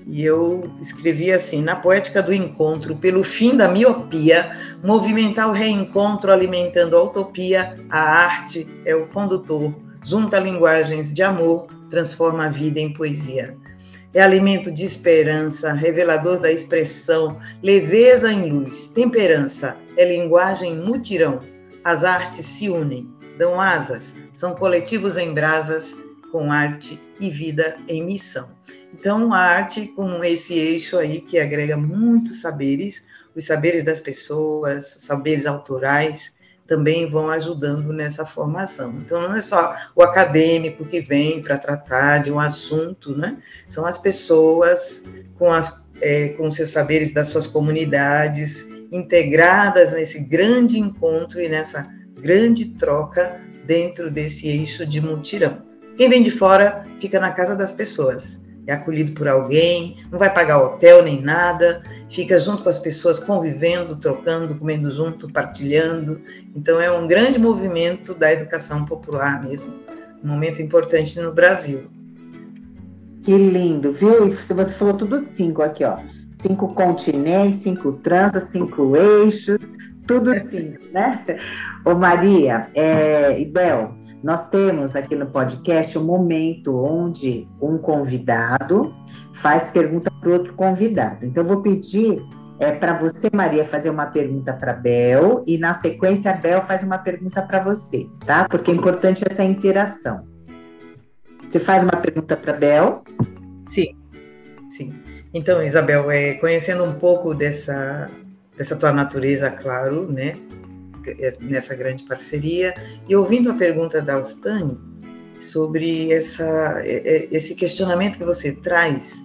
E eu escrevi assim: na poética do encontro, pelo fim da miopia, movimentar o reencontro alimentando a utopia, a arte é o condutor, junta linguagens de amor, transforma a vida em poesia. É alimento de esperança, revelador da expressão, leveza em luz, temperança, é linguagem mutirão. As artes se unem, dão asas, são coletivos em brasas, com arte e vida em missão. Então, a arte com esse eixo aí que agrega muitos saberes, os saberes das pessoas, os saberes autorais, também vão ajudando nessa formação. Então, não é só o acadêmico que vem para tratar de um assunto, né? São as pessoas com seus saberes das suas comunidades, integradas nesse grande encontro e nessa grande troca dentro desse eixo de mutirão. Quem vem de fora fica na casa das pessoas, é acolhido por alguém, não vai pagar hotel nem nada, fica junto com as pessoas, convivendo, trocando, comendo junto, partilhando. Então, é um grande movimento da educação popular mesmo, um momento importante no Brasil. Que lindo, viu? Você falou tudo 5 aqui, ó. 5 continentes, 5 transas, 5 eixos, tudo 5, né? Ô Maria e Bel, nós temos aqui no podcast um momento onde um convidado faz pergunta para o outro convidado. Então, eu vou pedir para você, Maria, fazer uma pergunta para a Bel e, na sequência, a Bel faz uma pergunta para você, tá? Porque é importante essa interação. Você faz uma pergunta para a Bel? Sim. Então, Isabel, conhecendo um pouco dessa tua natureza, claro, né? Nessa grande parceria, e ouvindo a pergunta da Austani sobre esse questionamento que você traz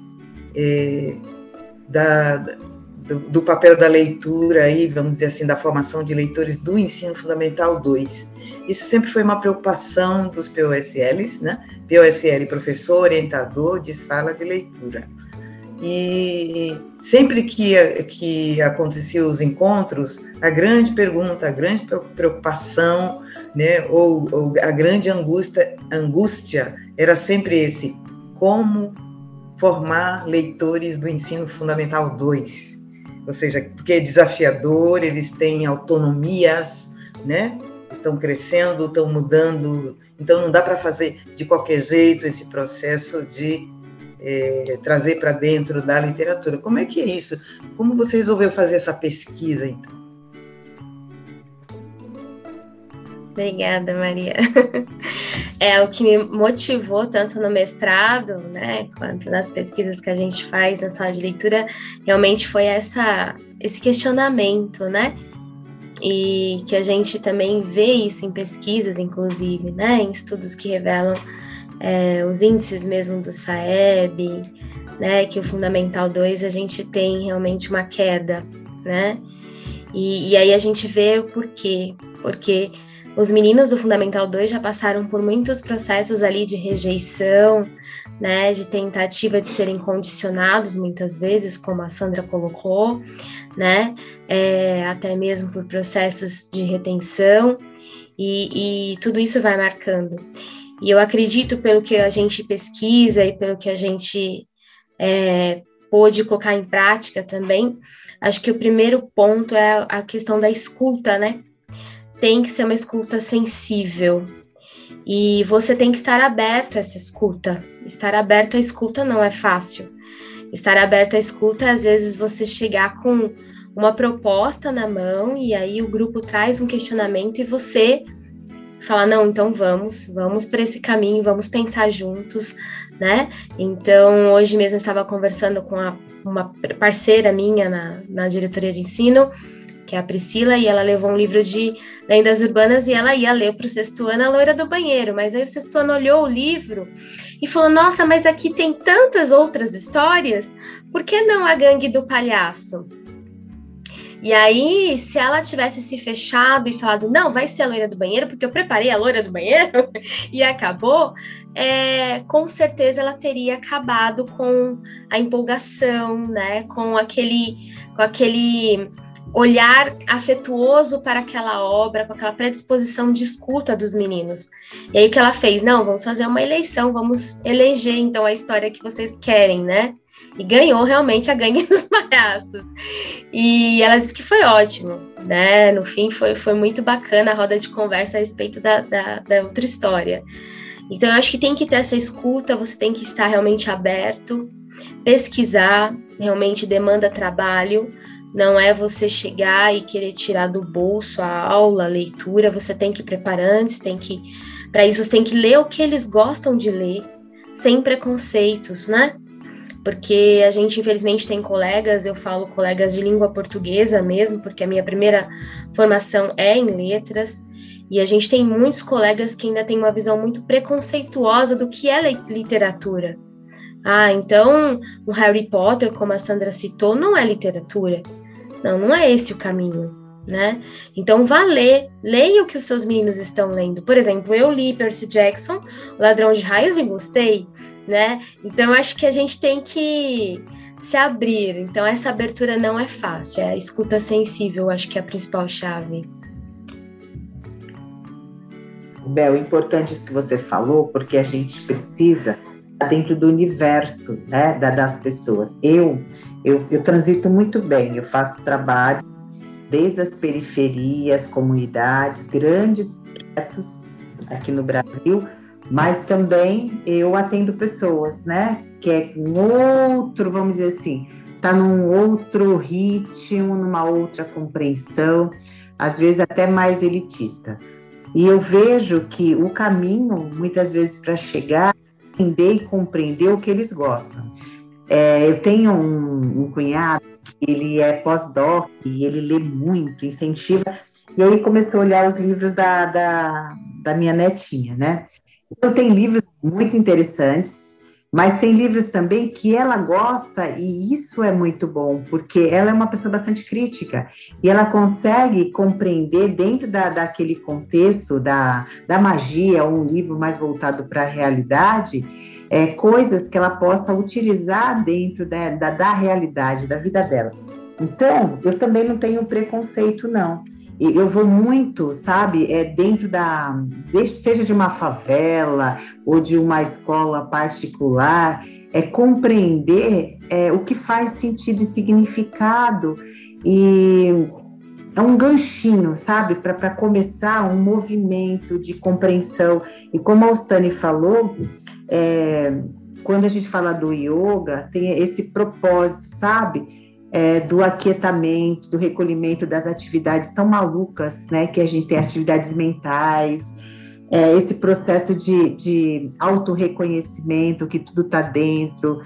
do papel da leitura, aí, vamos dizer assim, da formação de leitores do Ensino Fundamental 2. Isso sempre foi uma preocupação dos POSLs, né? POSL, professor orientador de sala de leitura. E sempre que aconteciam os encontros, a grande pergunta, a grande preocupação, né, ou a grande angústia era sempre esse: como formar leitores do Ensino Fundamental 2? Ou seja, porque é desafiador, eles têm autonomias, né? Estão crescendo, estão mudando, então não dá para fazer de qualquer jeito esse processo de trazer para dentro da literatura. Como é que é isso? Como você resolveu fazer essa pesquisa, então? Obrigada, Maria. O que me motivou tanto no mestrado, né, quanto nas pesquisas que a gente faz na sala de leitura, realmente foi esse questionamento, né? E que a gente também vê isso em pesquisas, inclusive, né, em estudos que revelam os índices mesmo do SAEB, né, que o Fundamental 2 a gente tem realmente uma queda, né, e aí a gente vê o porquê, porque os meninos do Fundamental 2 já passaram por muitos processos ali de rejeição, né, de tentativa de serem condicionados muitas vezes, como a Sandra colocou, né, até mesmo por processos de retenção, e tudo isso vai marcando. E eu acredito, pelo que a gente pesquisa e pelo que a gente pôde colocar em prática também, acho que o primeiro ponto é a questão da escuta, né? Tem que ser uma escuta sensível. E você tem que estar aberto a essa escuta. Estar aberto à escuta não é fácil. Estar aberto à escuta, às vezes, você chegar com uma proposta na mão e aí o grupo traz um questionamento e você falar, não, então vamos por esse caminho, vamos pensar juntos, né? Então, hoje mesmo eu estava conversando com uma parceira minha na diretoria de ensino, que é a Priscila, e ela levou um livro de lendas urbanas e ela ia ler para o 6º ano A Loira do Banheiro, mas aí o 6º ano olhou o livro e falou, nossa, mas aqui tem tantas outras histórias, por que não a Gangue do Palhaço? E aí, se ela tivesse se fechado e falado, não, vai ser a Loira do Banheiro, porque eu preparei a Loira do Banheiro, e acabou, com certeza ela teria acabado com a empolgação, né, com aquele olhar afetuoso para aquela obra, com aquela predisposição de escuta dos meninos. E aí o que ela fez? Não, vamos fazer uma eleição, vamos eleger então a história que vocês querem, né? E ganhou realmente a Gangue dos Palhaços. E ela disse que foi ótimo, né? No fim, foi muito bacana a roda de conversa a respeito da outra história. Então, eu acho que tem que ter essa escuta, você tem que estar realmente aberto, pesquisar, realmente demanda trabalho, não é você chegar e querer tirar do bolso a aula, a leitura, você tem que preparar antes, para isso você tem que ler o que eles gostam de ler, sem preconceitos, né? Porque a gente, infelizmente, tem colegas, eu falo colegas de língua portuguesa mesmo, porque a minha primeira formação é em letras, e a gente tem muitos colegas que ainda têm uma visão muito preconceituosa do que é literatura. Então, o Harry Potter, como a Sandra citou, não é literatura. Não é esse o caminho, né? Então, vá ler, leia o que os seus meninos estão lendo. Por exemplo, eu li Percy Jackson, O Ladrão de Raios, e gostei, né? Então, eu acho que a gente tem que se abrir. Então, essa abertura não é fácil, é a escuta sensível, acho que é a principal chave. Bel, importante isso que você falou, porque a gente precisa estar dentro do universo, né, das pessoas. Eu transito muito bem, eu faço trabalho desde as periferias, comunidades, grandes projetos aqui no Brasil, mas também eu atendo pessoas, né, que é um outro, vamos dizer assim, está num outro ritmo, numa outra compreensão, às vezes até mais elitista. E eu vejo que o caminho, muitas vezes, para chegar, é entender e compreender o que eles gostam. Eu tenho um cunhado que ele é pós-doc e ele lê muito, incentiva, e aí começou a olhar os livros da minha netinha, né? Então, tem livros muito interessantes, mas tem livros também que ela gosta, e isso é muito bom, porque ela é uma pessoa bastante crítica, e ela consegue compreender dentro daquele contexto da magia, um livro mais voltado para a realidade, coisas que ela possa utilizar dentro da realidade, da vida dela. Então, eu também não tenho preconceito, não. Eu vou muito, sabe, dentro seja de uma favela ou de uma escola particular, compreender o que faz sentido e significado, e é um ganchinho, sabe, para começar um movimento de compreensão. E como a Ostani falou, quando a gente fala do yoga, tem esse propósito, sabe, do aquietamento, do recolhimento das atividades tão malucas, né, que a gente tem, atividades mentais, esse processo de autorreconhecimento, que tudo está dentro,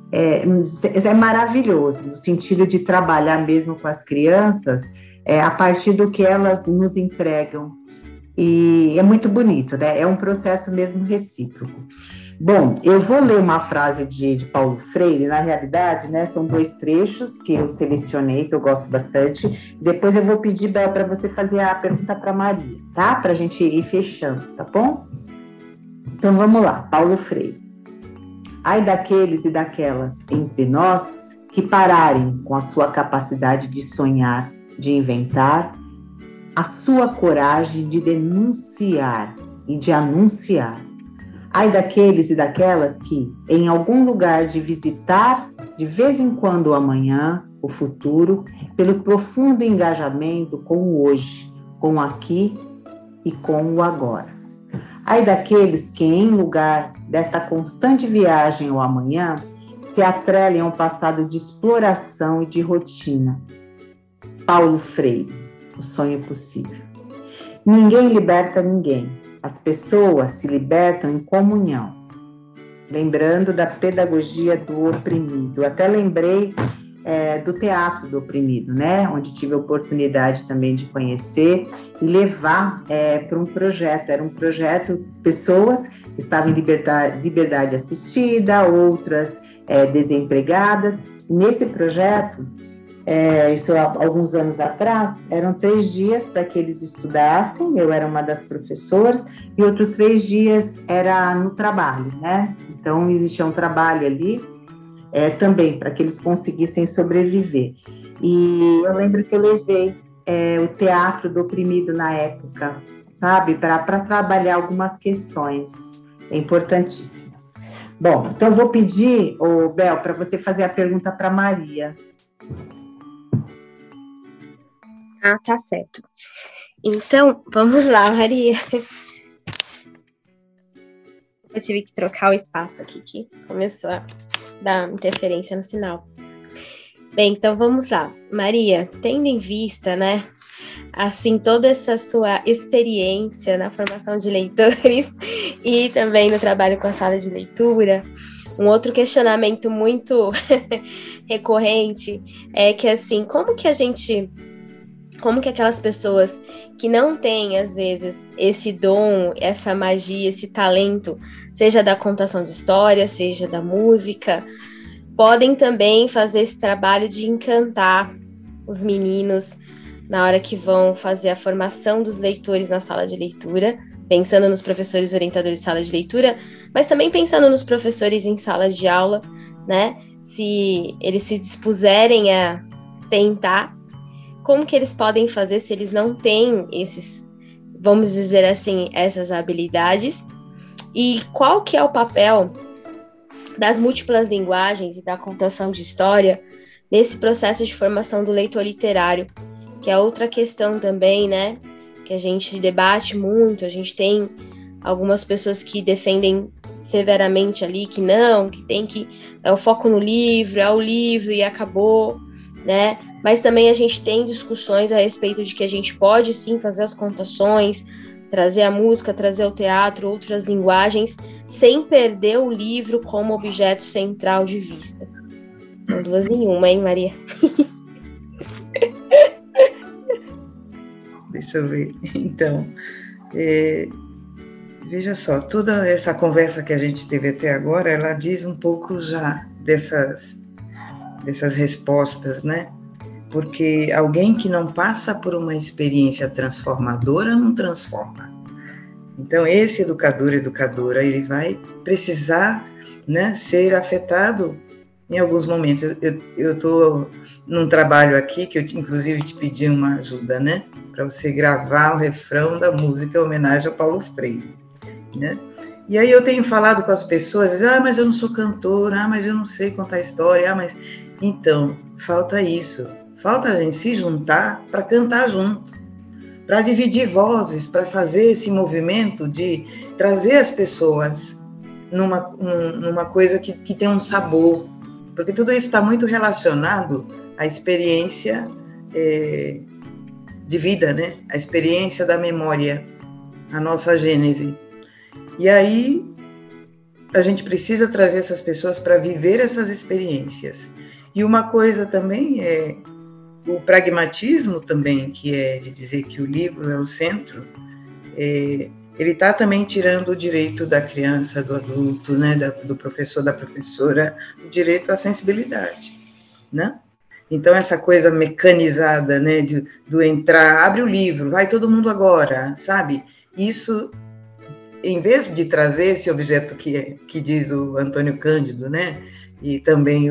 é maravilhoso, no sentido de trabalhar mesmo com as crianças, a partir do que elas nos entregam, e é muito bonito, né, é um processo mesmo recíproco. Bom, eu vou ler uma frase de Paulo Freire, na realidade, né, são 2 trechos que eu selecionei, que eu gosto bastante, depois eu vou pedir, Bel, para você fazer a pergunta para Maria, tá? Para a gente ir fechando, tá bom? Então, vamos lá, Paulo Freire. Ai daqueles e daquelas entre nós que pararem com a sua capacidade de sonhar, de inventar, a sua coragem de denunciar e de anunciar. Ai daqueles e daquelas que, em algum lugar de visitar, de vez em quando o amanhã, o futuro, pelo profundo engajamento com o hoje, com o aqui e com o agora. Ai daqueles que, em lugar desta constante viagem ao amanhã, se atrelem a um passado de exploração e de rotina. Paulo Freire, O Sonho Possível. Ninguém liberta ninguém. As pessoas se libertam em comunhão. Lembrando da pedagogia do oprimido. Eu até lembrei do teatro do oprimido, né? Onde tive a oportunidade também de conhecer e levar para um projeto. Era um projeto, pessoas que estavam em liberdade assistida, outras desempregadas. Nesse projeto, isso há alguns anos atrás, eram 3 dias para que eles estudassem, eu era uma das professoras, e outros 3 dias era no trabalho, né? Então, existia um trabalho ali, também, para que eles conseguissem sobreviver. E eu lembro que eu levei o teatro do oprimido na época, sabe? Para trabalhar algumas questões importantíssimas. Bom, então vou pedir, Bel, para você fazer a pergunta para Maria. Ah, tá certo. Então, vamos lá, Maria. Eu tive que trocar o espaço aqui, que começou a dar interferência no sinal. Bem, então vamos lá. Maria, tendo em vista, né, assim, toda essa sua experiência na formação de leitores e também no trabalho com a sala de leitura, um outro questionamento muito recorrente é que, assim, como que aquelas pessoas que não têm, às vezes, esse dom, essa magia, esse talento, seja da contação de história, seja da música, podem também fazer esse trabalho de encantar os meninos na hora que vão fazer a formação dos leitores na sala de leitura, pensando nos professores orientadores de sala de leitura, mas também pensando nos professores em salas de aula, né? Se eles se dispuserem a tentar, como que eles podem fazer se eles não têm esses, vamos dizer assim, essas habilidades? E qual que é o papel das múltiplas linguagens e da contação de história nesse processo de formação do leitor literário, que é outra questão também, né, que a gente debate muito. A gente tem algumas pessoas que defendem severamente ali que não, que tem que, é o foco no livro, é o livro e acabou, né, mas também a gente tem discussões a respeito de que a gente pode sim fazer as contações, trazer a música, trazer o teatro, outras linguagens, sem perder o livro como objeto central de vista. São duas em uma, hein, Maria? Deixa eu ver. Então, veja só, toda essa conversa que a gente teve até agora, ela diz um pouco já dessas respostas, né? Porque alguém que não passa por uma experiência transformadora não transforma. Então, esse educadora, ele vai precisar, né, ser afetado em alguns momentos. Eu estou num trabalho aqui que eu, inclusive, te pedi uma ajuda, né, para você gravar o refrão da música em homenagem ao Paulo Freire, né? E aí eu tenho falado com as pessoas, dizem, mas eu não sou cantora, mas eu não sei contar história, mas... Então, falta isso. Falta a gente se juntar para cantar junto, para dividir vozes, para fazer esse movimento de trazer as pessoas numa coisa que tem um sabor, porque tudo isso está muito relacionado à experiência de vida, né? A experiência da memória, a nossa gênese. E aí a gente precisa trazer essas pessoas para viver essas experiências. E uma coisa também é o pragmatismo também, que é de dizer que o livro é o centro, ele está também tirando o direito da criança, do adulto, né, do professor, da professora, o direito à sensibilidade, né? Então, essa coisa mecanizada, né, do entrar, abre o livro, vai todo mundo agora, sabe? Isso, em vez de trazer esse objeto que diz o Antônio Cândido, né, e também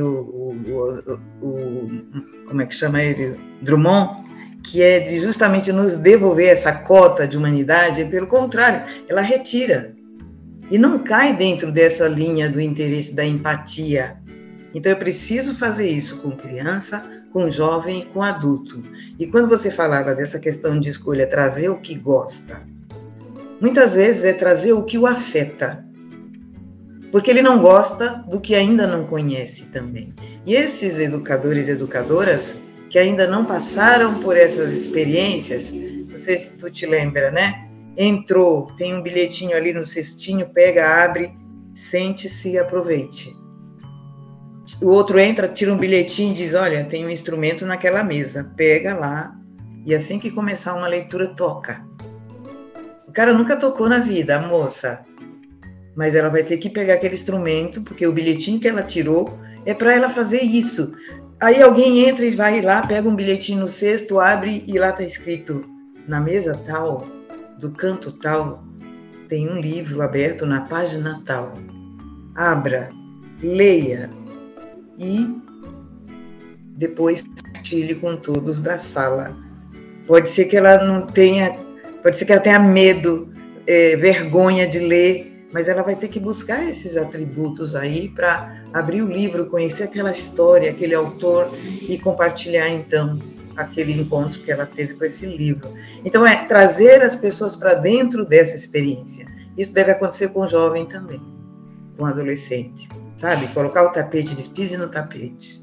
como é que chama ele? Drummond, que é de justamente nos devolver essa cota de humanidade, pelo contrário, ela retira e não cai dentro dessa linha do interesse, da empatia. Então, eu preciso fazer isso com criança, com jovem e com adulto. E quando você falava dessa questão de escolha, trazer o que gosta, muitas vezes é trazer o que o afeta, porque ele não gosta do que ainda não conhece também. E esses educadores e educadoras que ainda não passaram por essas experiências, não sei se tu te lembra, né? Entrou, tem um bilhetinho ali no cestinho, pega, abre, sente-se e aproveite. O outro entra, tira um bilhetinho e diz, olha, tem um instrumento naquela mesa, pega lá, e assim que começar uma leitura, toca. O cara nunca tocou na vida, a moça, mas ela vai ter que pegar aquele instrumento, porque o bilhetinho que ela tirou é para ela fazer isso. Aí alguém entra e vai lá, pega um bilhetinho no cesto, abre e lá está escrito, na mesa tal, do canto tal, tem um livro aberto na página tal. Abra, leia e depois compartilhe com todos da sala. Pode ser que ela não tenha, pode ser que ela tenha medo, vergonha de ler, mas ela vai ter que buscar esses atributos aí para abrir o livro, conhecer aquela história, aquele autor e compartilhar, então, aquele encontro que ela teve com esse livro. Então, é trazer as pessoas para dentro dessa experiência. Isso deve acontecer com o jovem também, com o adolescente, sabe? Colocar o tapete, diz, pise no tapete.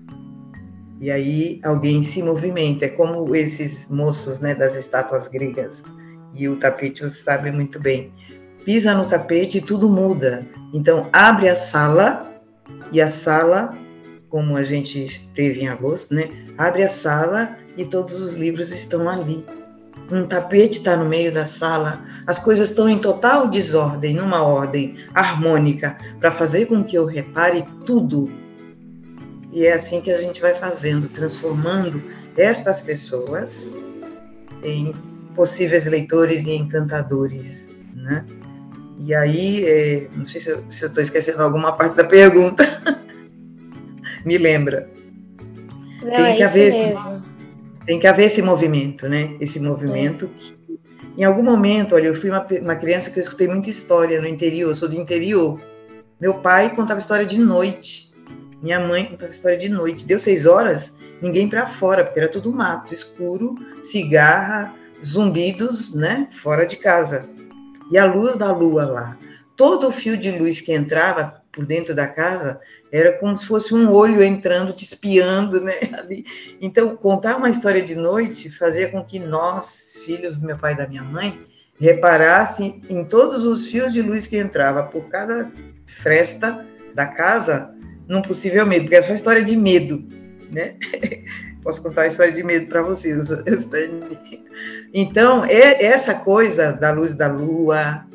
E aí alguém se movimenta. É como esses moços, né, das estátuas gregas. E o tapete, você sabe muito bem. Pisa no tapete e tudo muda. Então, abre a sala, e a sala, como a gente teve em agosto, né? Abre a sala e todos os livros estão ali. Um tapete está no meio da sala, as coisas estão em total desordem, numa ordem harmônica, para fazer com que eu repare tudo. E é assim que a gente vai fazendo, transformando estas pessoas em possíveis leitores e encantadores, né? E aí, não sei se eu estou esquecendo alguma parte da pergunta, me lembra. Não, é isso mesmo. Tem que haver esse movimento, né? Esse movimento que, em algum momento, olha, eu fui uma criança que eu escutei muita história no interior, eu sou do interior. Meu pai contava história de noite, minha mãe contava história de noite. Deu 6 horas, ninguém para fora, porque era tudo mato, escuro, cigarra, zumbidos, né? Fora de casa. E a luz da lua lá. Todo o fio de luz que entrava por dentro da casa era como se fosse um olho entrando, te espiando, né? Ali. Então, contar uma história de noite fazia com que nós, filhos do meu pai e da minha mãe, reparassem em todos os fios de luz que entrava por cada fresta da casa, num possível medo, porque é só história de medo, né? Posso contar a história de medo para vocês. Então, essa coisa da luz da lua,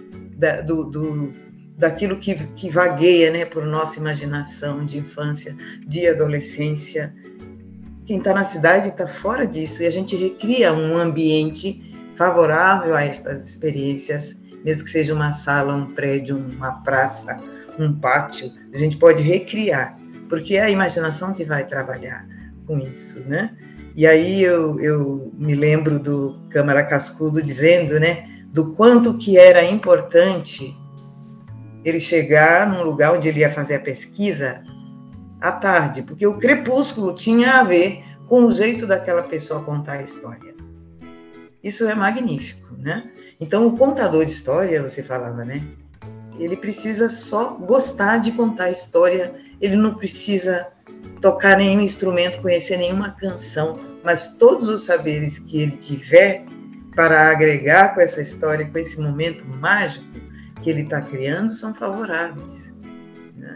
daquilo que vagueia, né, por nossa imaginação de infância, de adolescência. Quem está na cidade está fora disso, e a gente recria um ambiente favorável a estas experiências, mesmo que seja uma sala, um prédio, uma praça, um pátio, a gente pode recriar, porque é a imaginação que vai trabalhar com isso, né? E aí eu me lembro do Câmara Cascudo dizendo, né, do quanto que era importante ele chegar num lugar onde ele ia fazer a pesquisa à tarde, porque o crepúsculo tinha a ver com o jeito daquela pessoa contar a história. Isso é magnífico, né? Então, o contador de história, você falava, né? Ele precisa só gostar de contar a história, ele não precisa tocar nenhum instrumento, conhecer nenhuma canção, mas todos os saberes que ele tiver para agregar com essa história, com esse momento mágico que ele está criando, são favoráveis, né?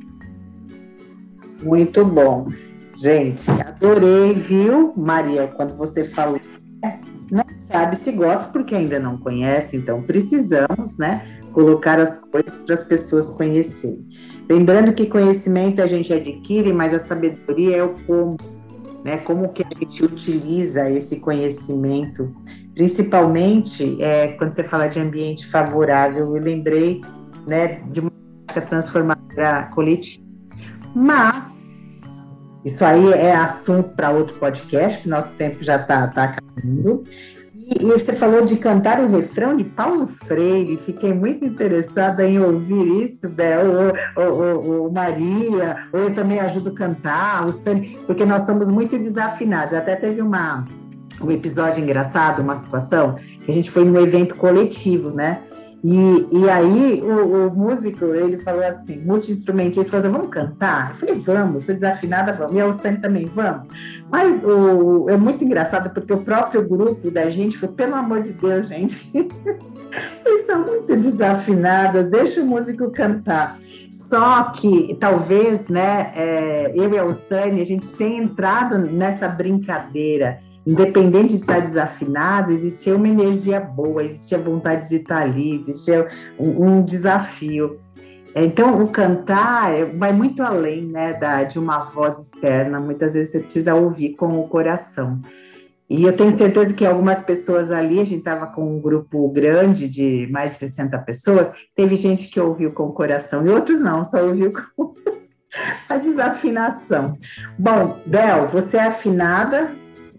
Muito bom. Gente, adorei, viu, Maria, quando você falou, não sabe se gosta porque ainda não conhece, então precisamos, né, colocar as coisas para as pessoas conhecerem. Lembrando que conhecimento a gente adquire, mas a sabedoria é o como, né, como que a gente utiliza esse conhecimento, principalmente quando você fala de ambiente favorável, eu lembrei, né, de uma transformadora coletiva. Mas isso aí é assunto para outro podcast, que nosso tempo já está acabando. E você falou de cantar o refrão de Paulo Freire, fiquei muito interessada em ouvir isso, Bel, ou Maria, ou eu também ajudo a cantar, porque nós somos muito desafinados. Até teve um episódio engraçado, uma situação, que a gente foi num evento coletivo, né? E aí o músico, ele falou assim, multi-instrumentista, falou assim, vamos cantar? Eu falei, vamos, sou desafinada, vamos. E a Ostânia também, vamos. Mas é muito engraçado, porque o próprio grupo da gente falou, pelo amor de Deus, gente, vocês são muito desafinadas, deixa o músico cantar. Só que, talvez, né, eu e a Ostânia, a gente tenha entrado nessa brincadeira. Independente de estar desafinado, existia uma energia boa, existia vontade de estar ali, existia um desafio. Então, o cantar vai muito além, né, de uma voz externa. Muitas vezes você precisa ouvir com o coração. E eu tenho certeza que algumas pessoas ali, a gente estava com um grupo grande de mais de 60 pessoas, teve gente que ouviu com o coração e outros não, só ouviu com a desafinação. Bom, Bel, você é afinada?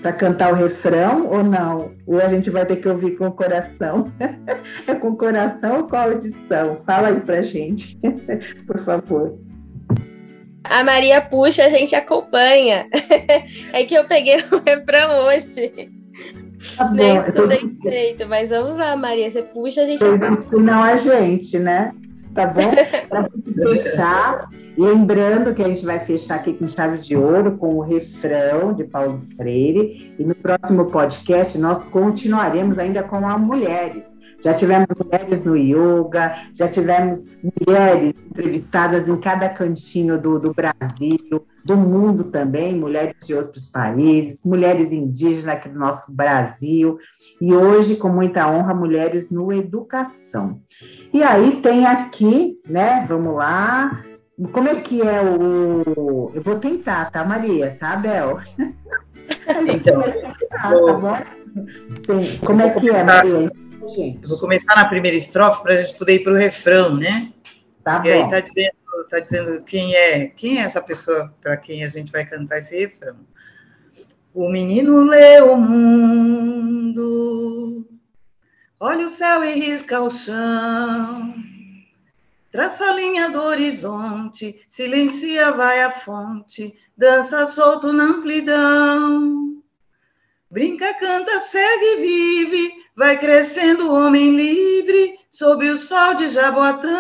para cantar o refrão ou não? Ou a gente vai ter que ouvir com o coração? É com o coração ou com a audição? Fala aí pra gente, por favor. A Maria puxa, a gente acompanha. É que eu peguei o refrão hoje. Tá bom. Nem estudei direito, mas vamos lá, Maria. Você puxa, a gente acompanha. Não a gente, né? Tá bom? Para a gente fechar, lembrando que a gente vai fechar aqui com chave de ouro, com o refrão de Paulo Freire, e no próximo podcast nós continuaremos ainda com as mulheres. Já tivemos mulheres no yoga, já tivemos mulheres entrevistadas em cada cantinho do Brasil, do mundo também, mulheres de outros países, mulheres indígenas aqui do nosso Brasil, e hoje, com muita honra, mulheres no educação. E aí tem aqui, né, vamos lá, como é que é o... Eu vou tentar, tá, Maria? Tá, Bel? Então, tá bom? Como é que é, Maria? Eu vou começar na primeira estrofe para a gente poder ir para o refrão, né? Tá bom. E aí tá dizendo quem é essa pessoa para quem a gente vai cantar esse refrão. O menino lê o mundo, olha o céu e risca o chão, traça a linha do horizonte, silencia, vai à fonte, dança solto na amplidão. Brinca, canta, segue e vive, vai crescendo o homem livre, sob o sol de Jaboatão.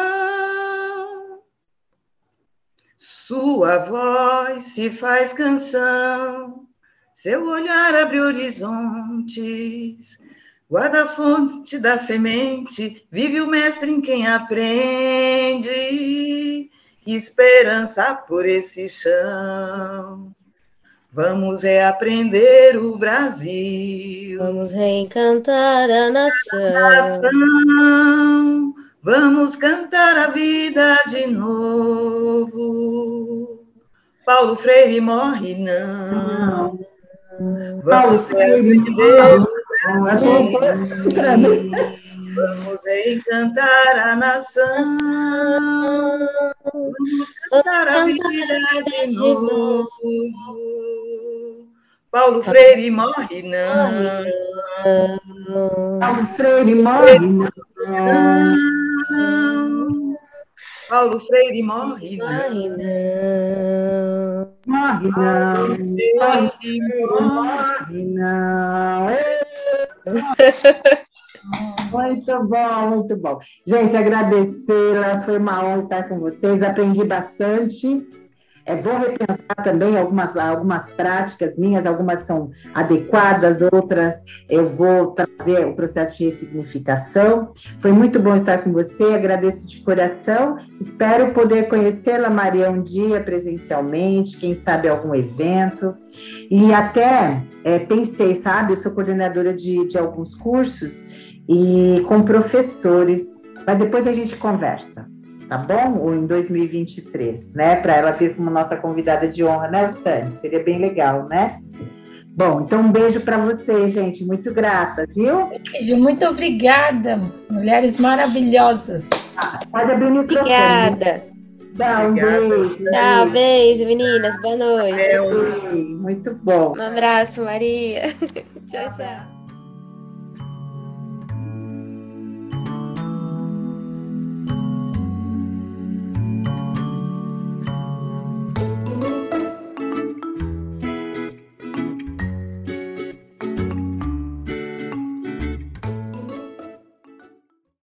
Sua voz se faz canção, seu olhar abre horizontes, guarda a fonte da semente, vive o mestre em quem aprende, esperança por esse chão. Vamos reaprender o Brasil. Vamos reencantar a nação. Vamos cantar a vida de novo. Paulo Freire morre não. Vamos reaprender o Brasil. Vamos reencantar a nação. Vamos cantar a vida de novo. Paulo Freire morre não. Paulo Freire morre não. Paulo Freire morre não. Morre não. Paulo Freire morre não. Muito bom, muito bom. Gente, agradecê-las, foi uma honra estar com vocês, aprendi bastante. Vou repensar também algumas práticas minhas, algumas são adequadas, outras eu vou trazer o processo de ressignificação. Foi muito bom estar com você, agradeço de coração, espero poder conhecê-la, Maria, um dia presencialmente, quem sabe algum evento. E até pensei, sabe, eu sou coordenadora de alguns cursos e com professores, mas depois a gente conversa. Tá bom? Ou em 2023, né? Para ela vir como nossa convidada de honra, né, Ostane? Seria bem legal, né? Bom, então um beijo para você, gente. Muito grata, viu? Beijo, muito obrigada. Mulheres maravilhosas. Pode abrir o microfone. Obrigada. Dá um beijo. Tchau, beijo, meninas. Boa noite. Muito bom. Um abraço, Maria. Tchau, tchau.